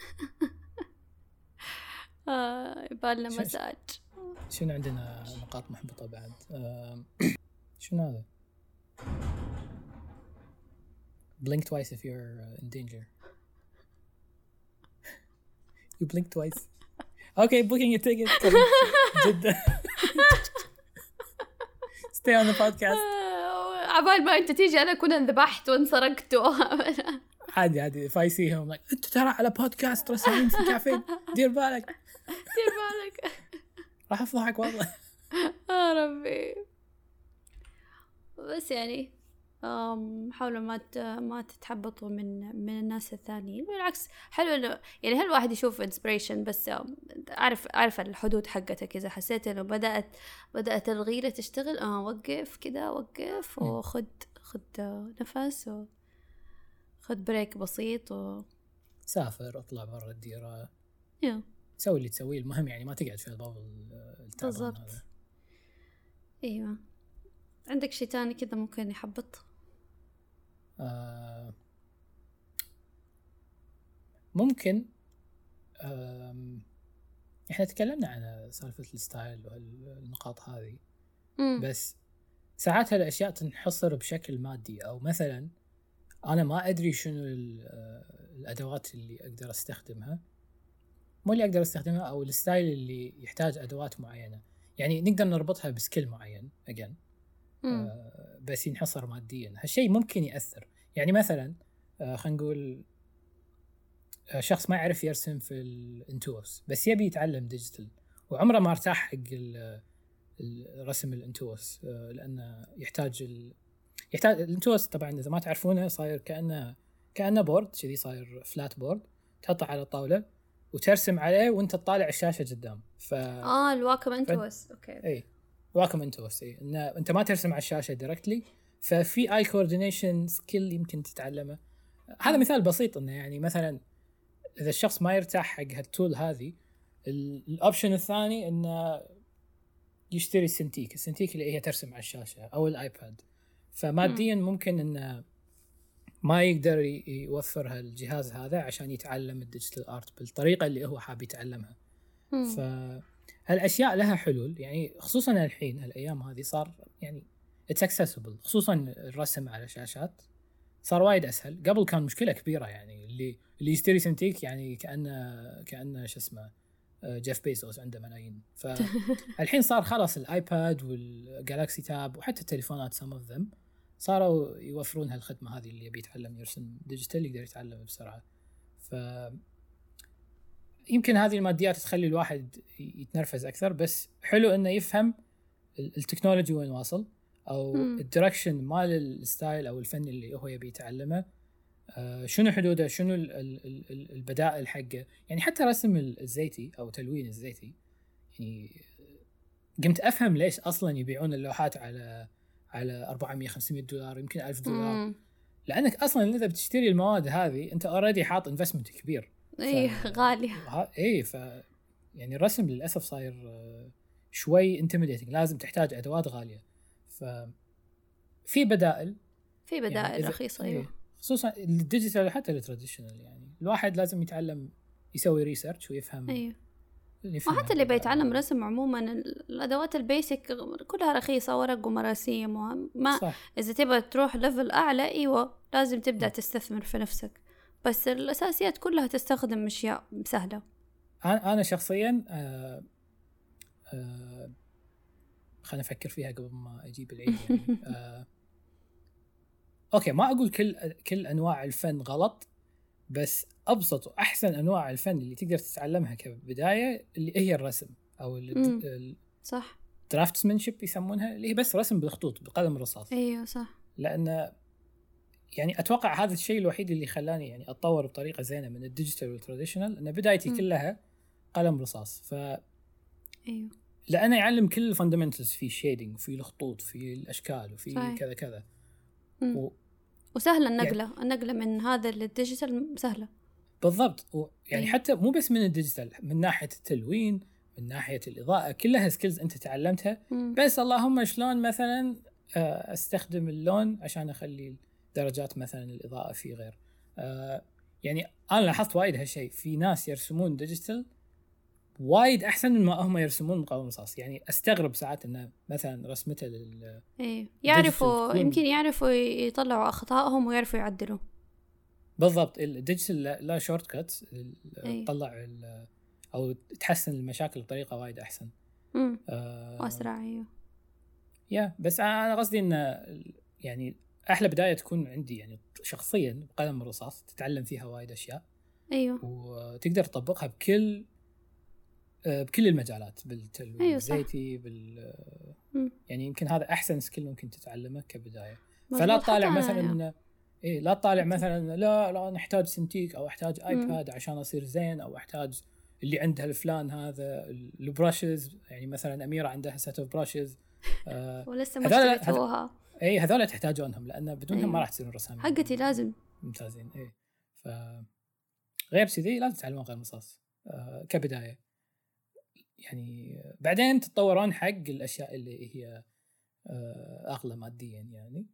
آه يبالنا مساج. شنو عندنا نقاط محبطة بعد؟ آه شنو هذا؟ Blink twice if you're uh, in danger. You blink twice. Okay, booking a ticket. جدا. Stay on the podcast. عبال ما أنت تيجي أنا كنا انذبحت وانسرقت. عادي عادي. If I see him like أنت ترى على بودكاست رسالين في كافيه. دير بالك. دير بالك. راح أفضحك والله. يا ربي. بس يعني حاولوا ما ما تتحبطوا من من الناس الثانيين، بالعكس حلو انه يعني هل الواحد يشوف انسبريشن، بس اعرف اعرف الحدود حقتك. اذا حسيت انه بدات بدات الغيره تشتغل اه وقف كده، وقف وخد خد نفس وخد بريك بسيط و سافر اطلع برا الديره يا سوي اللي تسويه. المهم يعني ما تقعد في البابل التعبان هذا. ايوه. عندك شيء تاني كذا ممكن يحبط؟ آه ممكن. آه احنا تكلمنا عن سالفة الستايل والنقاط هذه م. بس ساعات هالأشياء تنحصر بشكل مادي، أو مثلا أنا ما أدري شنو الأدوات اللي أقدر أستخدمها، مو اللي أقدر أستخدمها أو الستايل اللي يحتاج أدوات معينة. يعني نقدر نربطها بسكيل معين again آه بس ينحصر ماديا. هالشيء ممكن يأثر. يعني مثلا آه خلينا نقول آه شخص ما يعرف يرسم في الانتوس بس يبي يتعلم ديجيتال وعمره ما ارتاح حق الرسم الانتوس آه لأنه يحتاج ال... يحتاج الانتوس. طبعا إذا ما تعرفونه صاير كأنه كأنه بورد كذي، صاير فلات بورد تحطه على الطاولة وترسم عليه وانت تطالع الشاشة قدام. ف اه الواكم انتوس. اوكي اي واكم انتوس اي ان انت ما ترسم على الشاشة دايركتلي، ففي اي كوردينيشن سكيل يمكن تتعلمه. هذا مثال بسيط انه يعني مثلا اذا الشخص ما يرتاح حق هالتول هذه، الاوبشن الثاني انه يشتري السنتيك السنتيك اللي هي ترسم على الشاشة او الايباد. فماديا ممكن انه ما يقدر يوفر هالجهاز هذا عشان يتعلم الديجيتال آرت بالطريقة اللي هو حاب يتعلمها. فهالأشياء لها حلول، يعني خصوصا الحين الأيام هذه صار يعني it's accessible، خصوصا الرسم على شاشات صار وايد أسهل. قبل كان مشكلة كبيرة، يعني اللي اللي يشتري سنتيك يعني كأنه كأنه شو اسمه جيف بيزوس عنده ملايين. فالحين صار خلاص الآيباد والجالاكسي تاب وحتى التليفونات some of them صاروا يوفرون هالخدمة هذه. اللي يبي يتعلم يرسم ديجيتال يقدر يتعلم بسرعة. ف يمكن هذه الماديات تخلي الواحد يتنرفز أكثر، بس حلو إنه يفهم التكنولوجي وين واصل أو الديركشن مال الستايل أو الفن اللي هو يبي يتعلمه. آه شنو حدوده، شنو ال ال ال البدائل حقه. يعني حتى رسم الزيتي أو تلوين الزيتي، يعني قمت أفهم ليش أصلاً يبيعون اللوحات على على أربعمية خمسمية دولار يمكن ألف دولار. مم. لأنك أصلاً إذا بتشتري المواد هذه أنت already حاط investment كبير. إيه غالي. إيه ف يعني الرسم للأسف صاير شوي intimidating، لازم تحتاج أدوات غالية. ففي بدائل في بدائل يعني رخيصة. أيوه خصوصا الديجيتال حتى التراديشنال. يعني الواحد لازم يتعلم يسوي ريسيرش ويفهم. أيوه وحتى اللي بيتعلم رسم عموما الأدوات البيسك كلها رخيصة، ورق ومراسيم وما صح. إذا تبغى تروح ليفل أعلى أيوة لازم تبدأ تستثمر في نفسك، بس الأساسيات كلها تستخدم أشياء سهلة. أنا شخصيا آه آه خلنا نفكر فيها قبل ما أجيب العيد. يعني آه أوكي ما أقول كل كل أنواع الفن غلط، بس أبسط وأحسن أنواع الفن اللي تقدر تتعلمها كبداية اللي هي الرسم أو ال صح درافتسمانشيب يسمونها، اللي هي بس رسم بالخطوط بقلم رصاص. أيوة صح. لأن يعني أتوقع هذا الشيء الوحيد اللي خلاني يعني أتطور بطريقة زينة من الديجيتال والتراديشنال، أن بدايتي م. كلها قلم رصاص. ف أيوة لأنه يعلم كل الفاندمنتالز في شيدينج وفي الخطوط في الأشكال وفي صحيح. كذا كذا و... وسهلة النقلة يعني النقلة من هذا للديجيتال سهلة بالضبط. يعني حتى مو بس من الديجيتال، من ناحية التلوين من ناحية الإضاءة كلها سكيلز أنت تعلمتها. م. بس اللهم شلون مثلا أستخدم اللون عشان أخلي درجات مثلا الإضاءة في غير. يعني أنا لاحظت وايد هالشيء، في ناس يرسمون ديجيتال وايد أحسن من ما هم يرسمون بقلم رصاص. يعني أستغرب ساعات إنه مثلا رسمته لل إيه يعرفوا يمكن يعرفوا يطلعوا أخطائهم ويعرفوا يعدلوا. بالضبط الديجيتال لا, لا شورت كات تطلع أو تحسن المشاكل بطريقة وايد أحسن آه وأسرع. أيوه يا بس أنا قصدي إن يعني أحلى بداية تكون عندي يعني شخصيا بقلم الرصاص تتعلم فيها وايد أشياء. أيوه وتقدر تطبقها بكل بكل المجالات، بالتلوين أيوة الزيتي بال م. يعني يمكن هذا أحسن سكيل ممكن تتعلمه كبداية. فلا تطالع مثلا إنه إيه لا تطالع مثلا لا لا نحتاج سنتيك أو أحتاج آيباد م. عشان أصير زين، أو أحتاج اللي عنده الفلان هذا البراشز. يعني مثلا أميرة عندها سيت أوف براشز آه ولسه ما اشتريتوها. اي هذول تحتاجونهم لان بدونهم أيوة. ما راح تصيرون رسامين. حقتي لازم ممتازين. اي ف غير كذي لازم تتعلمون قلم رصاص آه كبدايه. يعني بعدين تتطورون حق الاشياء اللي هي آه اغلى ماديا، يعني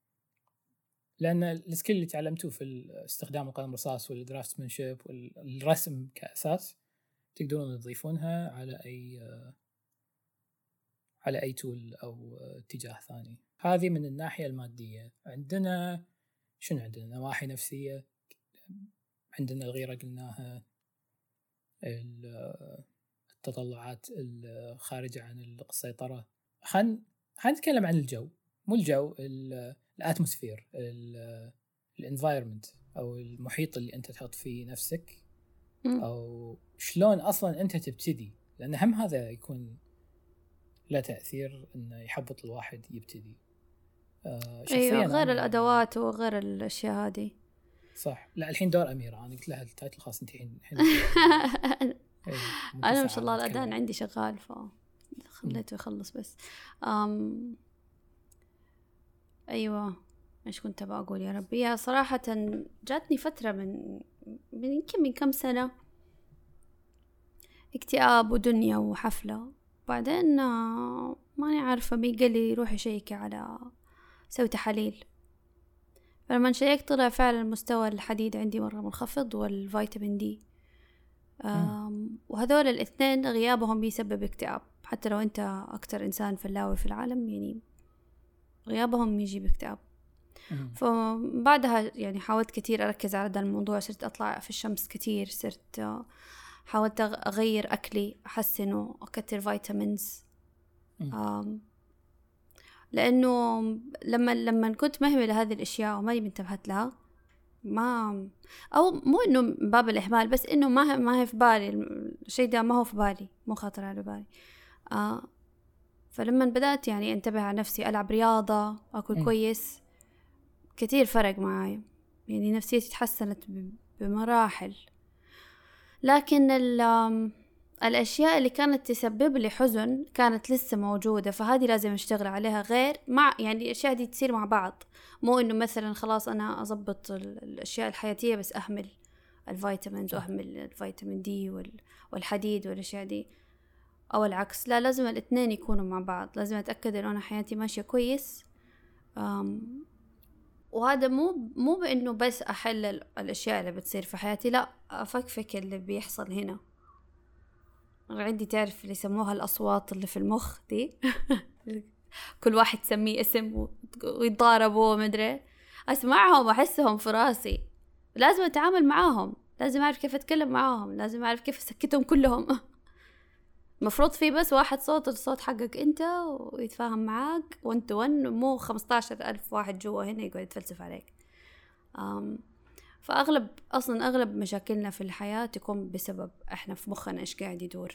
لان السكيل اللي تعلمتوه في استخدام القلم رصاص والدرافتسمانشيب والرسم كاساس تقدرون تضيفونها على اي آه على أي تول أو اتجاه ثاني. هذه من الناحية المادية. عندنا شنو عندنا نواحي نفسية، عندنا الغيرة قلناها، التطلعات الخارجة عن السيطرة. خلينا خلينا نتكلم عن الجو، مو الجو، الاتموسفير، الانفايرمنت او المحيط اللي انت تحط فيه نفسك، او شلون اصلا انت تبتدي، لان هم هذا يكون له تأثير انه يحبط الواحد يبتدي. آه أيوة، غير الادوات وغير الاشياء هذه. صح. لا الحين دور أميرة، أنا قلت لها التايتل خلاص انت الحين الحين أنا ما شاء الله الأذان عندي شغال فخليته يخلص بس. أم... أيوة إيش كنت بقول يا ربي؟ يا صراحة جاتني فترة من من يمكن من كم سنة اكتئاب ودنيا وحفلة، بعدين ماني عارفة مين قال لي روحي شيكي على سوي تحاليل، فلما شيكت طلع فعلا مستوى الحديد عندي مرة منخفض والفيتامين دي، وهذول الاثنين غيابهم بيسبب اكتئاب، حتى لو انت اكتر انسان فلاوي في العالم يعني غيابهم يجيب اكتئاب. فبعدها يعني حاولت كتير اركز على هذا الموضوع، صرت اطلع في الشمس كتير، صرت حاولت اغير اكلي، احسنه، اكتر فيتامينز، لانه لما لما كنت مهمله هذه الاشياء وما انتبهت لها، ما او مو انه باب الاهمال، بس انه ما ما هي في بالي الشيء ده، ما هو في بالي، مو خاطر على بالي. آه فلما بدأت يعني انتبه على نفسي، العب رياضة، اكل م. كويس، كتير فرق معايا، يعني نفسيتي تحسنت بمراحل. لكن الاشياء اللي كانت تسبب لي حزن كانت لسه موجودة، فهذه لازم اشتغل عليها، غير مع يعني الاشياء دي تصير مع بعض، مو انه مثلا خلاص انا اضبط الاشياء الحياتية بس اهمل الفيتامينز واهمل الفيتامين دي والحديد والاشياء دي، او العكس. لا، لازم الاثنين يكونوا مع بعض، لازم اتاكد انه انا حياتي ماشيه كويس. وهذا مو مو بانه بس احل الاشياء اللي بتصير في حياتي، لا، افكفك اللي بيحصل هنا. عندي تعرف اللي يسموها الاصوات اللي في المخ دي كل واحد تسميه اسم ويتضاربوا ومدري، اسمعهم واحسهم في راسي، لازم اتعامل معاهم، لازم اعرف كيف اتكلم معاهم، لازم اعرف كيف اسكتهم كلهم. مفروض في بس واحد صوت، الصوت حقك انت، ويتفاهم معاك وانت ون، مو خمستاشر ألف واحد جوا هنا يقعد يتفلسف عليك. أم فأغلب أصلا أغلب مشاكلنا في الحياة تكون بسبب إحنا في مخنا إيش قاعد يدور.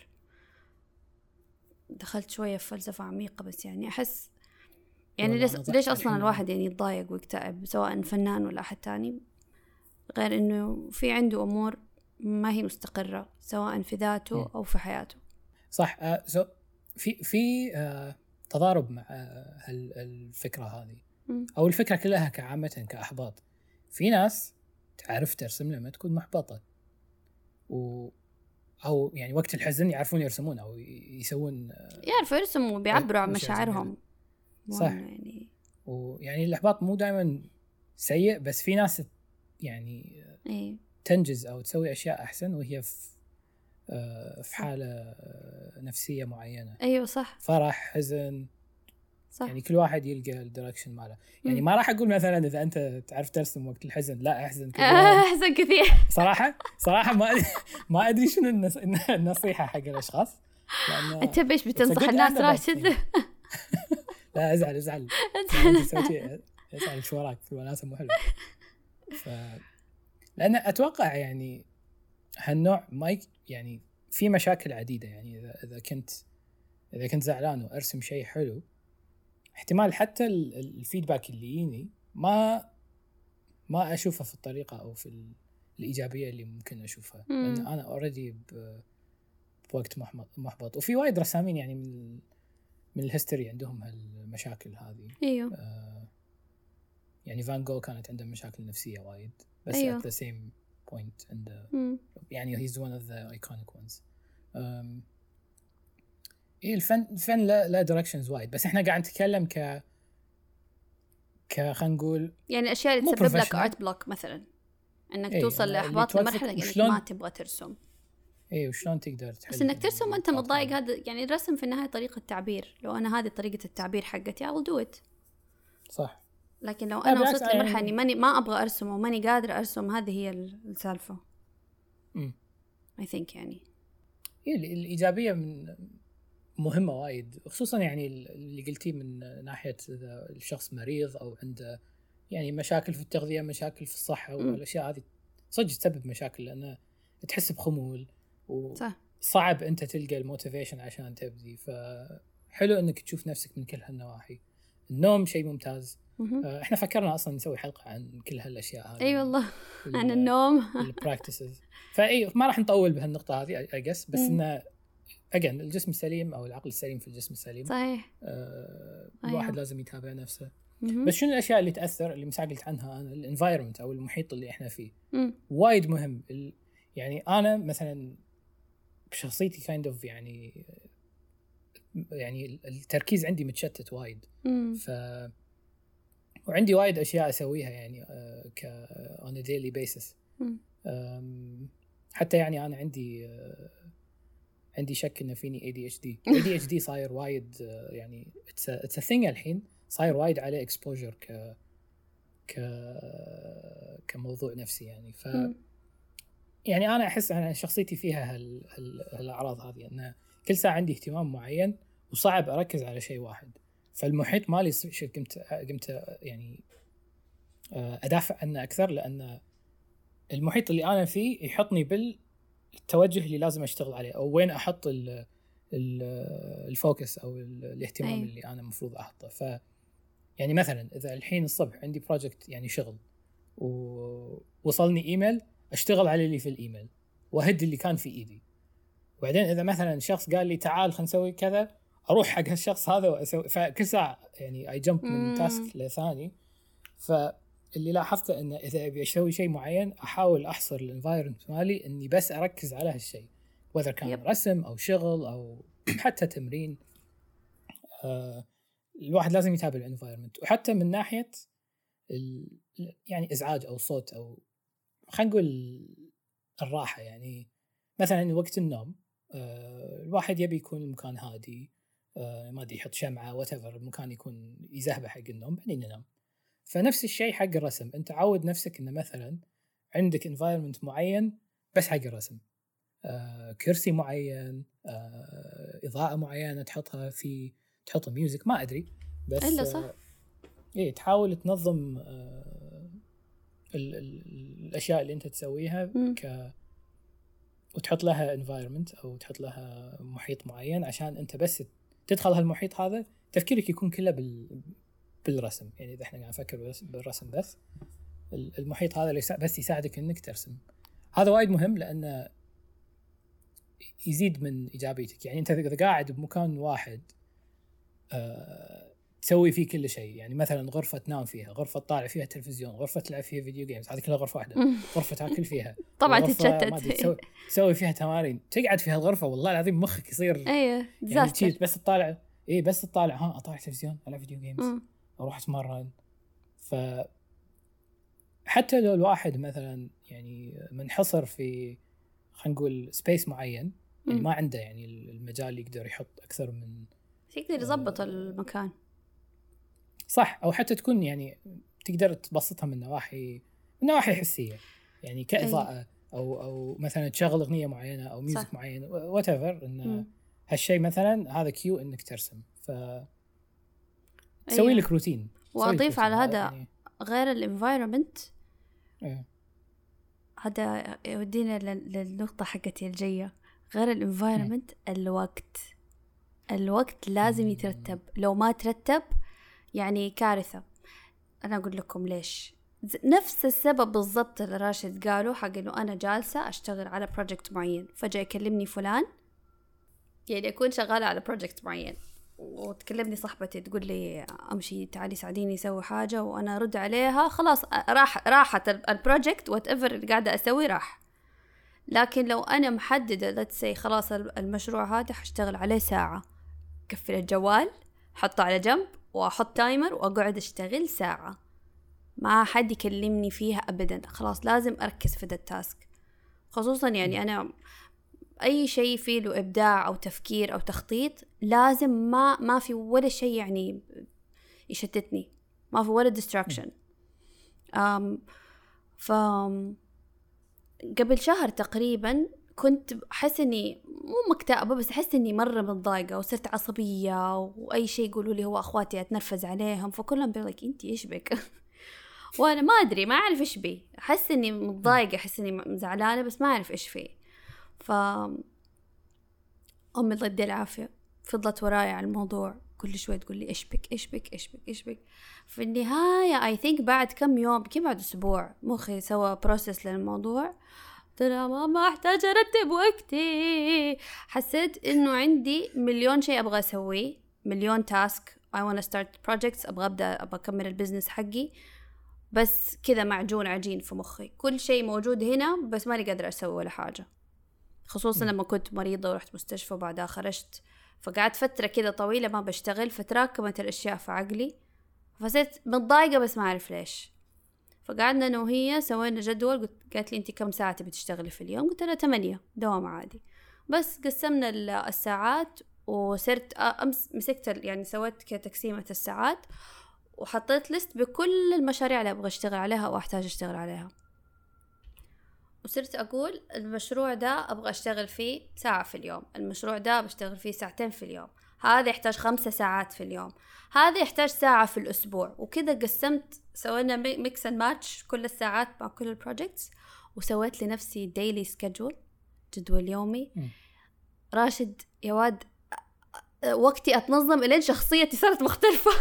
دخلت شوية في فلسفة عميقة، بس يعني أحس يعني ليش, ليش أصلا الواحد يعني يتضايق ويكتئب، سواء فنان ولا أحد تاني، غير إنه في عنده أمور ما هي مستقرة، سواء في ذاته أو في حياته. صح. آه so في في آه تضارب مع آه الفكرة هذه، أو الفكرة كلها كعامة كأحباط. في ناس تعرف ترسم لما تكون محبطة، و أو يعني وقت الحزن يعرفون يرسمون أو يسوون آه يعرفوا يرسموا وبيعبروا عن مشاعرهم. صح. يعني ويعني الإحباط مو دائما سيء، بس في ناس يعني إيه؟ تنجز أو تسوي أشياء أحسن وهي في في حالة نفسية معينة. أيوة صح. فرح، حزن، صح. يعني كل واحد يلقى الدايركشن ماله. يعني ما راح أقول مثلا إذا أنت تعرف ترسم وقت الحزن لا أحزن كثير. أحزن كثير. صراحة صراحة ما أدري ما أدري شنو النصيحة حق الأشخاص. أنت بيش بتنصح الناس راشد؟ لا أزعل أزعل أنت سويتي أزعل شو وراك الوناسة مو حلوة. ف لأن أتوقع يعني هالنوع ما يعني في مشاكل عديدة. يعني إذا إذا كنت إذا كنت زعلان وأرسم شيء حلو، احتمال حتى الفيدباك اللي يجيني ما ما أشوفه في الطريقة أو في الإيجابية اللي ممكن أشوفها، لأن أنا أوريدي بوقت محبط. وفي وايد رسامين يعني من من الهيستوري عندهم هالمشاكل هذه. أيوه. آه يعني فان جو كانت عنده مشاكل نفسية وايد، بس أيوه. at the same point and uh, يعني he's one of the iconic ones. um, إيه الفن الفن لا لا directions وايد، بس إحنا قاعد نتكلم ك ك خلينا نقول يعني أشياء اللي تسبب لك art block مثلا، إنك إيه توصل لإحباط لمرحلة إنك ما تبغى ترسم. إيه وشلون تقدر تحل؟ بس إنك ترسم وأنت متضايق، هذا يعني الرسم في النهاية طريقة تعبير. لو أنا هذه طريقة التعبير حقتي I will do it. صح. لكن لو أنا وصلت لمرحلة إني ماني ما أبغى أرسم وماني قادر أرسم، هذه هي السالفة. امم I think يعني إيه الإيجابية من مهمة وايد، خصوصا يعني اللي قلتيه من ناحية إذا الشخص مريض أو عنده يعني مشاكل في التغذية، مشاكل في الصحة، والأشياء هذه صدق تسبب مشاكل، لأنه تحس بخمول وصعب أنت تلقى الموتيفيشن عشان تبدي. فحلو أنك تشوف نفسك من كل هالنواحي. النوم شيء ممتاز. احنا فكرنا اصلا نسوي حلقه عن كل هالاشياء هذه. اي والله عن النوم البراكتسز. فاي ما راح نطول بهالنقطه هذه اي جس، بس انه اجين الجسم السليم او العقل السليم في الجسم السليم. صحيح. آه الواحد أيوه. لازم يتابع نفسه. مم. بس شنو الاشياء اللي تاثر اللي مساء قلت عنها انا؟ الانفايرمنت او المحيط اللي احنا فيه مم. وايد مهم. يعني انا مثلا بشخصيتي كايند اوف يعني يعني التركيز عندي متشتت وايد. مم. ف وعندي وايد أشياء أسويها يعني ك on a daily basis. حتى يعني أنا عندي عندي شك إنه فيني إيه دي إتش دي. إيه دي إتش دي صاير وايد يعني it's a, it's a thing الحين صاير وايد عليه exposure ك ك كموضوع نفسي يعني. ف يعني أنا أحس أنا شخصيتي فيها هال هالأعراض هذه، أن كل ساعة عندي اهتمام معين وصعب أركز على شيء واحد. فالمحيط مالي قمت قمت يعني أدافع عنه أكثر، لأن المحيط اللي أنا فيه يحطني بالتوجه اللي لازم أشتغل عليه، أو وين أحط ال الفوكس أو الاهتمام أي. اللي أنا مفروض أحطه. ف يعني مثلا إذا الحين الصبح عندي بروجكت يعني شغل ووصلني إيميل، أشتغل على اللي في الإيميل وأهد اللي كان في إيدي. وبعدين إذا مثلا شخص قال لي تعال خلينا نسوي كذا، أروح حق هالشخص هذا وأسوي. فكل ساعة يعني أي جمب من تاسك لثاني. فاللي لاحظته إنه إذا أبي أسوي شيء معين أحاول أحصر الانفايرمنت مالي إني بس أركز على هالشيء، وإذا كان يب. رسم أو شغل أو حتى تمرين. آه الواحد لازم يتابع الانفايرمنت، وحتى من ناحية يعني إزعاج أو صوت أو خلينا نقول الراحة. يعني مثلا وقت النوم آه الواحد يبي يكون المكان هادي، آه ما أدري يحط شمعة whatever، المكان يكون يزهبه حق النوم بعدين ينام. فنفس الشيء حق الرسم، أنت عود نفسك إنه مثلا عندك environment معين بس حق الرسم، آه كرسي معين، آه إضاءة معينة تحطها في، تحط ميوزك ما أدري، بس إلا صح. آه إيه تحاول تنظم آه ال ال الأشياء اللي أنت تسويها م. ك وتحط لها environment أو تحط لها محيط معين، عشان أنت بس تدخل هالمحيط هذا تفكيرك يكون كله بال بالرسم. يعني إذا إحنا قاعد نفكر بالرسم بس، المحيط هذا اللي بس يساعدك إنك ترسم. هذا وايد مهم لأنه يزيد من إيجابيتك. يعني أنت إذا قاعد بمكان واحد أه تسوي فيه كل شيء، يعني مثلا غرفة تنام فيها، غرفة طالع فيها تلفزيون، غرفة تلعب فيها فيديو جيمز، هذه كلها غرفة واحدة. غرفة تاكل فيها طبعا تتشتت، تسوي تسوي فيها تمارين، تقعد في هالغرفة والله العظيم مخك يصير ايوه يعني بس تطالع ايه بس تطالع ها اطالع تلفزيون العب فيديو جيمز م. اروح اتمرن. ف حتى لو الواحد مثلا يعني منحصر في خلينا نقول سبيس معين، يعني م. ما عنده يعني المجال يقدر يحط اكثر من، يقدر يضبط آه المكان صح، او حتى تكون يعني تقدر تبسطها من نواحي من نواحي حسيه، يعني كاضاءه أي. او او مثلا تشغل اغنيه معينه او ميوزك معين وات ايفر، ان هالشيء مثلا هذا كيو انك ترسم. ف تسوي أيه. لك روتين. واضيف على هذا يعني غير الانفايرمنت أيه. هذا يودينا للنقطه حقتي الجايه. غير الانفايرمنت الوقت الوقت لازم يترتب. لو ما ترتب يعني كارثة. أنا أقول لكم ليش. نفس السبب بالضبط اللي راشد قاله حق إنه أنا جالسة أشتغل على بروجكت معين، فجأة يكلمني فلان، يعني أكون شغالة على بروجكت معين وتكلمني صاحبتي تقول لي أمشي تعالي ساعديني أسوي حاجة، وأنا أرد عليها خلاص راح راحت البروجكت whatever اللي قاعدة أسوي راح. لكن لو أنا محددة let's say خلاص المشروع هذا حاشتغل عليه ساعة، كفل الجوال حطه على جنب وأحط تايمر وأقعد أشتغل ساعة، ما حد يكلمني فيها أبدا. خلاص لازم أركز في ذا التاسك. خصوصا يعني أنا أي شيء فيه له إبداع أو تفكير أو تخطيط لازم ما ما في ولا شيء يعني يشتتني، ما في ولا distraction. أم ف قبل شهر تقريبا كنت أحس إني مو مكتئبة بس أحس إني مرة متضايقة وصرت عصبية وأي شيء يقولوا لي هو أخواتي أتنرفز عليهم فكلهم بيقول لك أنتي إيش بك وأنا ما أدري ما أعرف إيش بي أحس إني متضايقة أحس إني زعلانة بس ما أعرف إيش فيه. ف أمي الله يديها العافية فضلت ورايا على الموضوع كل شوي تقول لي إيش بك إيش بك إيش بك إيش بك. في النهاية I think بعد كم يوم كم بعد أسبوع مخي سوى بروسيس للموضوع ترى ماما أحتاج أرتب وقتي. حسيت إنه عندي مليون شيء أبغى أسويه مليون تاسك I wanna start projects أبغى أبدأ أبغى أكمل البزنس حقي بس كذا معجون عجين في مخي كل شيء موجود هنا بس ماني قادرة أسوي ولا حاجة خصوصا لما كنت مريضة ورحت مستشفى وبعدها خرجت فقعدت فترة كذا طويلة ما بشتغل فتراكمت الأشياء في عقلي فصرت متضايقة بس ما أعرف ليش. فقعدنا أنا وهي سوينا جدول قلت قالت لي أنت كم ساعة تبي تشتغلي في اليوم قلت لها ثمانية دوام عادي بس قسمنا الساعات وصرت أمس مسكت يعني سويت كتقسيمة الساعات وحطيت ليست بكل المشاريع اللي أبغى أشتغل عليها أو أحتاج أشتغل عليها وصرت أقول المشروع ده أبغى أشتغل فيه ساعة في اليوم المشروع ده بشتغل فيه ساعتين في اليوم هذا يحتاج خمسة ساعات في اليوم هذا يحتاج ساعة في الأسبوع وكذا قسمت سوينا ميكس اند ماتش كل الساعات مع كل البروجيكتس وسويت لنفسي ديلي سكيدجول جدول يومي. م. راشد يا واد وقتي أتنظم إلين شخصيتي صارت مختلفة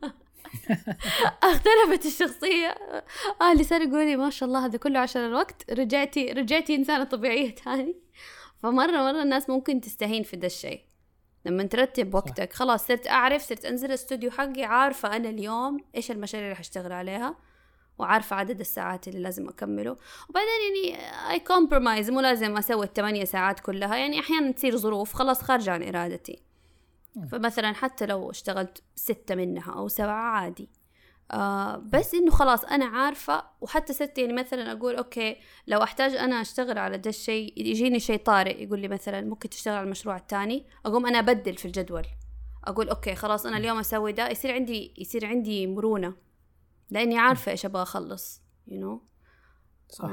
اختلفت الشخصية أهلي صاروا يقولي ما شاء الله هذا كله عشان الوقت رجعتي رجعتي إنسانة طبيعية تاني. فمرة مرة الناس ممكن تستهين في ده الشيء لما ترتب وقتك خلاص صرت أعرف صرت أنزل الاستوديو حقي عارفة أنا اليوم إيش المشاريع اللي هشتغل عليها وعارفة عدد الساعات اللي لازم أكمله وبعدين يعني I compromise مو لازم أسوي الثمانية ساعات كلها يعني أحيانا تصير ظروف خلاص خارجة عن إرادتي فمثلا حتى لو اشتغلت ستة منها أو سبعة عادي آه بس إنه خلاص أنا عارفة وحتى ست يعني مثلا أقول أوكي لو أحتاج أنا أشتغل على ده الشيء يجيني شيء طارئ يقول لي مثلا ممكن تشتغل على المشروع التاني أقوم أنا أبدل في الجدول أقول أوكي خلاص أنا اليوم أسوي ده يصير عندي يصير عندي مرونة لأني عارفة إيش أبغى أخلص you know صح.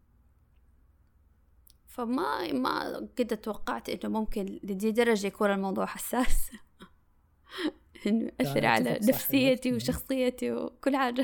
فما ما كده توقعت إنه ممكن لدي درجة يكون الموضوع حساس إنه أثر على نفسيتي وشخصيتي وكل حاجة.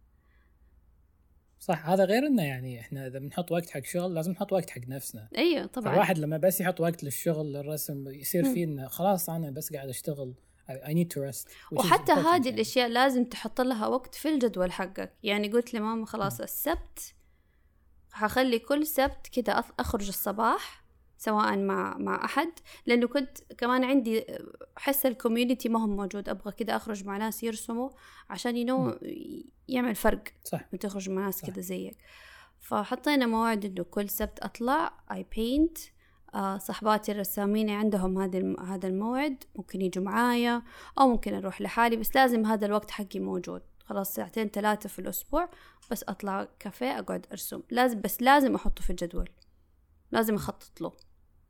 صح هذا غير إنه يعني إحنا إذا بنحط وقت حق شغل لازم نحط وقت حق نفسنا. أيوة طبعا. الواحد لما بس يحط وقت للشغل للرسم يصير فيه إنه خلاص أنا بس قاعد أشتغل I need to rest. وحتى هذه الأشياء لازم تحط لها وقت في الجدول حقك يعني قلت لماما خلاص م. السبت هخلي كل سبت كده أخرج الصباح سواء مع مع أحد لأنه كنت كمان عندي حس الكوميونيتي ما هم موجود أبغى كده أخرج مع ناس يرسموا عشان ينو يعمل فرق صح تخرج مع ناس كده زيك. فحطينا موعد إنه كل سبت أطلع I paint آه صحباتي الرسامين عندهم هذا هذا الموعد ممكن يجوا معايا أو ممكن أروح لحالي بس لازم هذا الوقت حقي موجود خلاص ساعتين ثلاثة في الأسبوع بس أطلع كافيه أقعد أرسم لازم بس لازم أحطه في الجدول لازم أخطط له.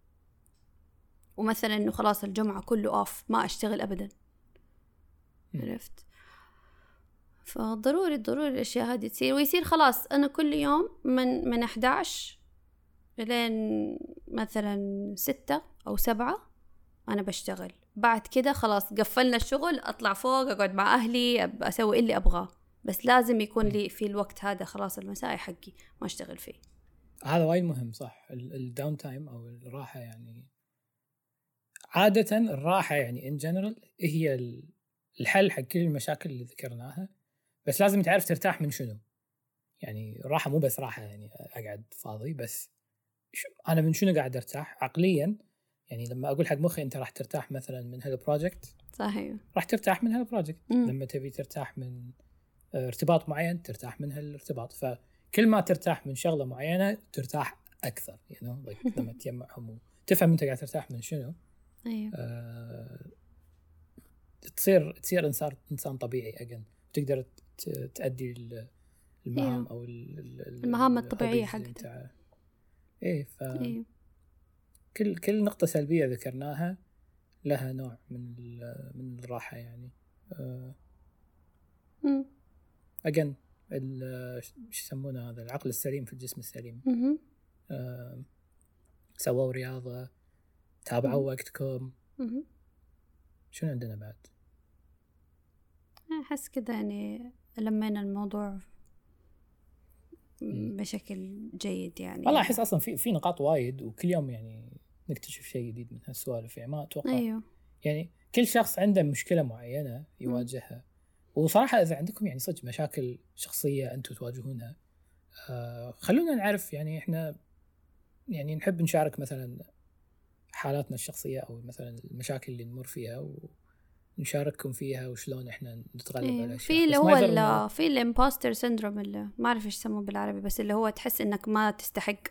ومثلا إنه خلاص الجمعة كله أوف ما أشتغل أبدا عرفت. فضروري ضروري الأشياء هذه تصير ويصير خلاص أنا كل يوم من من أحد عشر لين مثلا ستة أو سبعة أنا بشتغل بعد كده خلاص قفلنا الشغل أطلع فوق أقعد مع أهلي أسوي اللي أبغاه بس لازم يكون لي في الوقت هذا خلاص المساء حقي ما أشتغل فيه. هذا وايد مهم صح الداون تايم أو الراحة يعني عادة الراحة يعني in general هي الحل حق كل المشاكل اللي ذكرناها بس لازم تعرف ترتاح من شنو يعني الراحة مو بس راحة يعني أقعد فاضي بس أنا من شنو قاعد أرتاح عقليا يعني لما أقول حق مخي أنت راح ترتاح مثلا من هالبروجكت صحيح راح ترتاح من هالبروجكت لما تبي ترتاح من ارتباط معين ترتاح من هالارتباط فكل ما ترتاح من شغلة معينة ترتاح أكثر يعني like لما تجمعهم وتفهم أنت قاعد ترتاح من شنو أيوه. آه، تصير تصير إنسان إنسان طبيعي أجن تقدر تأدي المهام أيوه. أو المهام الطبيعية حقتها. إيه ف أيوه. كل كل نقطة سلبية ذكرناها لها نوع من من الراحة يعني. آه امم أجن إيش يسمونه هذا العقل السليم في الجسم السليم. امم آه سووا رياضة، تابعوا وقتكم. مم. شنو عندنا بعد؟ أحس كده يعني لمينا الموضوع بشكل جيد يعني. والله أحس أصلا في في نقاط وايد، وكل يوم يعني نكتشف شيء جديد من هالسوالف. يعني ما أتوقع أيوه. يعني كل شخص عنده مشكلة معينة يواجهها. وصراحة إذا عندكم يعني صدق مشاكل شخصية أنتم تواجهونها، آه خلونا نعرف. يعني إحنا يعني نحب نشارك مثلا حالاتنا الشخصية أو مثلا المشاكل اللي نمر فيها، ونشارككم فيها وشلون إحنا نتغلب أيوه. على في اللي هو اللي في الامبوستر سيندروم، اللي ما أعرف إيش يسموه بالعربي، بس اللي هو تحس إنك ما تستحق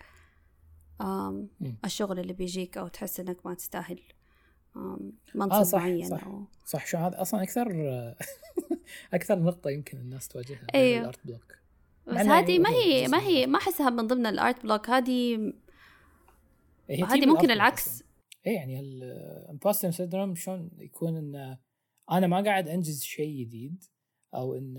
الشغل اللي بيجيك، أو تحس إنك ما تستاهل منصب آه صح معين. صح أو صح. شو هذا أصلا أكثر أكثر نقطة يمكن الناس تواجهها. أيوه. الارت بلوك. بس هذه ما هي ما هي ما أحسها من ضمن الارت بلوك. هذه هذه ممكن العكس. إيه يعني الامبوستر سيندروم شلون يكون إن أنا ما قاعد أنجز شيء جديد، أو إن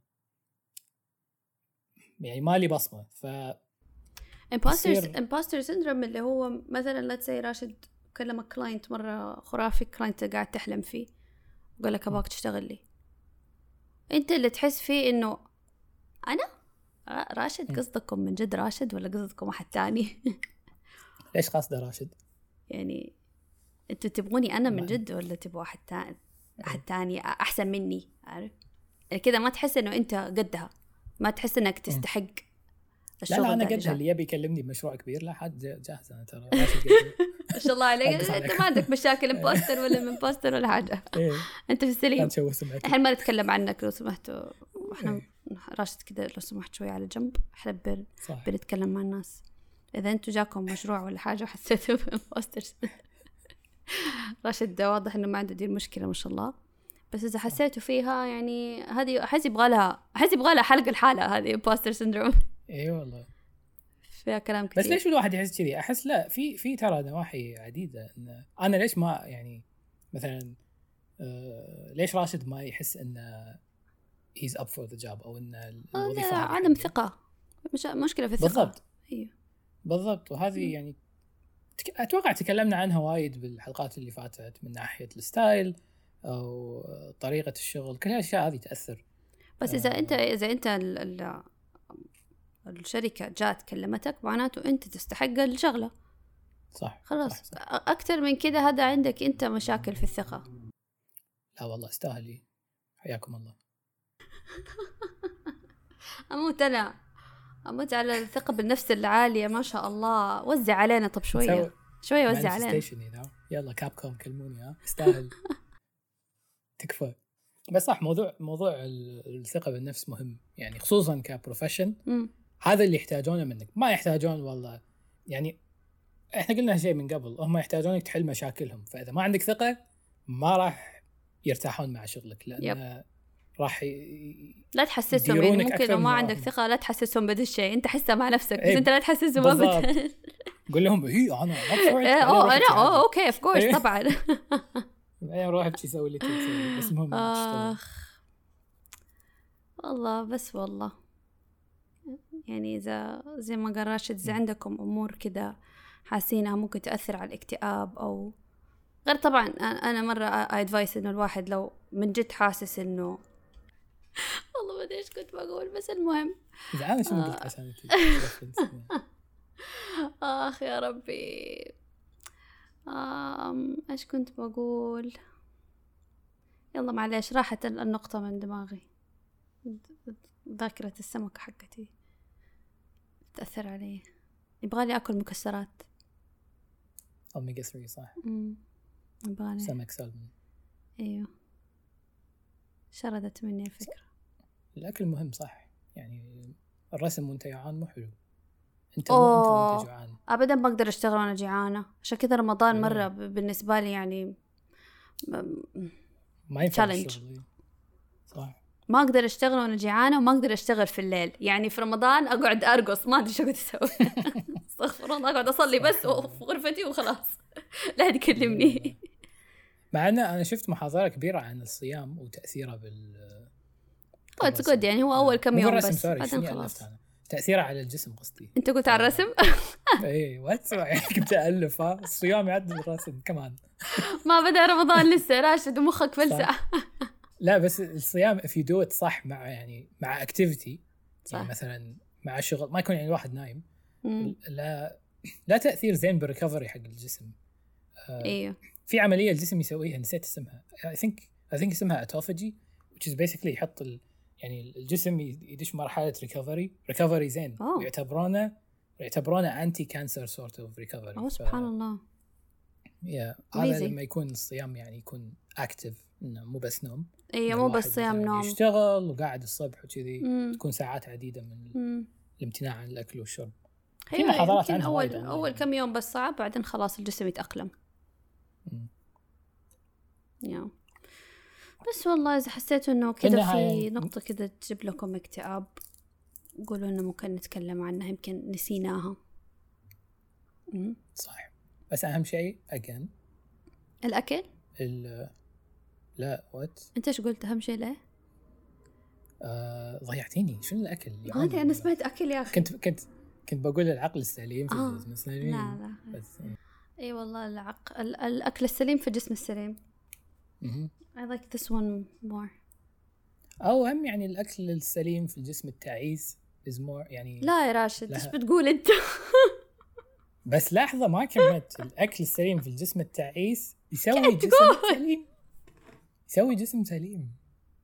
يعني مالي بصمة. ف امبوستر امبوستر سيندروم اللي هو مثلا let's say راشد كلمك كلاينت مرة خرافي، كلاينت قاعد تحلم فيه، وقال لك أباك تشتغل لي، أنت اللي تحس فيه إنه أنا راشد، قصدكم من جد راشد ولا قصدكم واحد تاني؟ ليش قصده راشد؟ يعني أنتوا تبغوني أنا من جد ولا تبغوا واحد تاني؟ أحد تاني أحسن مني، عارف يعني كذا. ما تحس إنه أنت قدها، ما تحس إنك تستحق الشغل. لا لا أنا قدها. اللي يبي يكلمني بمشروع كبير لا حد جاهز أنا ترى. ما شاء الله عليك. أنت ما عندك مشاكل امبوستر ولا من امبوستر ولا حاجة. أنت في السليم. إحنا ما نتكلم عنك لو سمحتوا. إحنا راشد كده لو سمحت شوي على جنب. إحنا بن بنتكلم مع الناس. إذا أنتوا جاكم مشروع ولا حاجة وحسيتوا بامبوستر، راشد واضح إنه ما عنده دي المشكلة ما شاء الله. بس إذا حسيتوا فيها يعني هذه أحس يبغى لها أحس يبغى لها حلقة الحالة هذه امبوستر سيندروم. إيه والله فيها كلام كثير. بس ليش الواحد يحس كذي؟ أحس لا في في ترى نواحي عديدة. إن أنا ليش ما يعني مثلا آه ليش راشد ما يحس إن he's up for the job، أو إن الوظيفة عدم ثقة، مش مشكلة في الثقة. بالضبط. أيوه بالضبط. وهذه يعني أتوقع تكلمنا عنها وايد بالحلقات اللي فاتت، من ناحية الستايل أو طريقة الشغل، كل هالأشياء هذه تأثر. بس إذا آه أنت إذا أنت ال ال الشركة جات كلمتك معناته أنت تستحق الشغلة. صح خلاص. صح صح. أكتر من كده هذا عندك أنت مشاكل في الثقة. لا والله استاهلي. حياكم الله. أموت أنا أموت على الثقة بالنفس العالية ما شاء الله. وزع علينا طب شوية شوية وزع علينا. يلا كاب كوم كلموني. ها استاهل. تكفى. بس صح موضوع موضوع الثقة بالنفس مهم يعني، خصوصا كبروفيشن. هذا اللي يحتاجونه منك. ما يحتاجون والله يعني احنا قلنا شيء من قبل، هم يحتاجونك تحل مشاكلهم. فإذا ما عندك ثقة ما راح يرتاحون مع شغلك، لأن راح ي... لا تحسسهم يعني ممكن لو ما عندك ثقة لا تحسسهم بهذا الشيء، انت حسها مع نفسك. بس إيه انت لا تحسسهم ابدا. قول لهم هي انا اه انا اه اوكي اوف كورس طبعا. بعدين روح ابشي سوي اللي تسوي. بس المهم اخ والله. بس والله يعني اذا زي ما قال راشد اذا عندكم امور كده حاسينها ممكن تأثر على الاكتئاب او غير، طبعا انا مرة ادفايس انه الواحد لو من جد حاسس انه والله ما ادري ايش كنت بقول، بس المهم اذا انا شنو قلت عشان اخ يا ربي آم ايش كنت بقول؟ يلا معليش راحت النقطة من دماغي. ذاكرة السمك حقتي تأثر علي. يبغالي اكل مكسرات اوميجا ثلاثة. صح يبغالي سمك سالمون. ايوه شردت مني الفكرة. الأكل مهم صح يعني. الرسم وانت جوعان مو حلو. انت مو انت وانت جوعان. ابدا ما اقدر اشتغل وانا جوعانة. عشان كذا رمضان مرة بالنسبة لي يعني ما ينفع الشغل. صح ما اقدر اشتغل وانا جوعانة وما اقدر اشتغل في الليل. يعني في رمضان اقعد ارقص ما ادري شو قاعد اسوي. استغفر الله اقعد اصلي بس في غرفتي وخلاص لا حد يكلمني. مع أن أنا شفت محاضرة كبيرة عن الصيام وتأثيره بال اتس جود يعني هو أول كم يوم بس بعدين خلاص. تأثيره على الجسم قصدي. أنت قلت على الرسم؟ إيه وات يعني كنت ألف ها الصيام يعدل الرسم كمان. ما بدأ رمضان لسه راشد ومخك فلسع. لا بس الصيام if you do it صح مع يعني مع activity صح. يعني مثلا مع شغل ما يكون يعني الواحد نايم مم. لا لا تأثير زين بالريكفري حق الجسم. آه ايوه في عملية الجسم يسويها نسيت اسمها I think I think اسمها autophagy which is basically يحط ال يعني الجسم يدش مرحلة ريكفري ريكفري زين أوه. يعتبرونه يعتبرونه anti cancer sort of recovery. أوه سبحان الله. يا هذا لما يكون الصيام يعني يكون active إنه مو بس نوم. ايه مو بس صيام نوم. يشتغل وقاعد الصبح وكذي تكون ساعات عديدة من مم. الامتناع عن الأكل والشرب. في محاضرات عنها أول أول كم يوم بس صعب بعدين خلاص الجسم يتأقلم. يا بس والله إذا حسيتوا إنه كذا في نقطة كذا تجيب لكم اكتئاب قولوا إنه ممكن نتكلم عنها يمكن نسيناها. مم. صح بس أهم شيء again الأكل. ال لا وات أنت إيش قلت أهم شيء ليه؟ آه ضيعتيني شنو الأكل؟ هذه أنا سمعت أكل يا أخي. كنت كنت كنت بقول العقل السليم في آه. الجسم السليم. لا لا بس اي والله العقل الأكل السليم في الجسم السليم. اها I like this one more. أو هم يعني الأكل السليم في الجسم التعيس is more يعني. لا يا راشد إيش بتقول أنت؟ بس لحظة ما كملت. الأكل السليم في الجسم التعيس يسوي جسم سليم يسوي جسم سليم.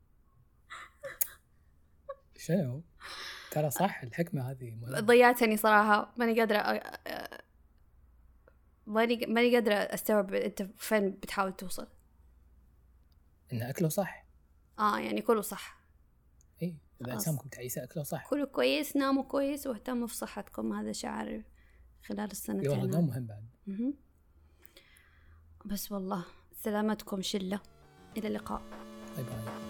شنو؟ ترى صح الحكمة هذه ضيعتني صراحة ماني قادرة أ... ماني ماني قادرة أستوعب أنت فين بتحاول توصل. إن أكله صح. آه يعني كله صح. إيه إذا أجسامكم تعيسة أكله صح. كله كويس ناموا كويس واهتموا في صحتكم هذا شعار خلال السنتين. والله النوم مهم بعد. م- بس والله سلامتكم شلة. إلى اللقاء. باي باي.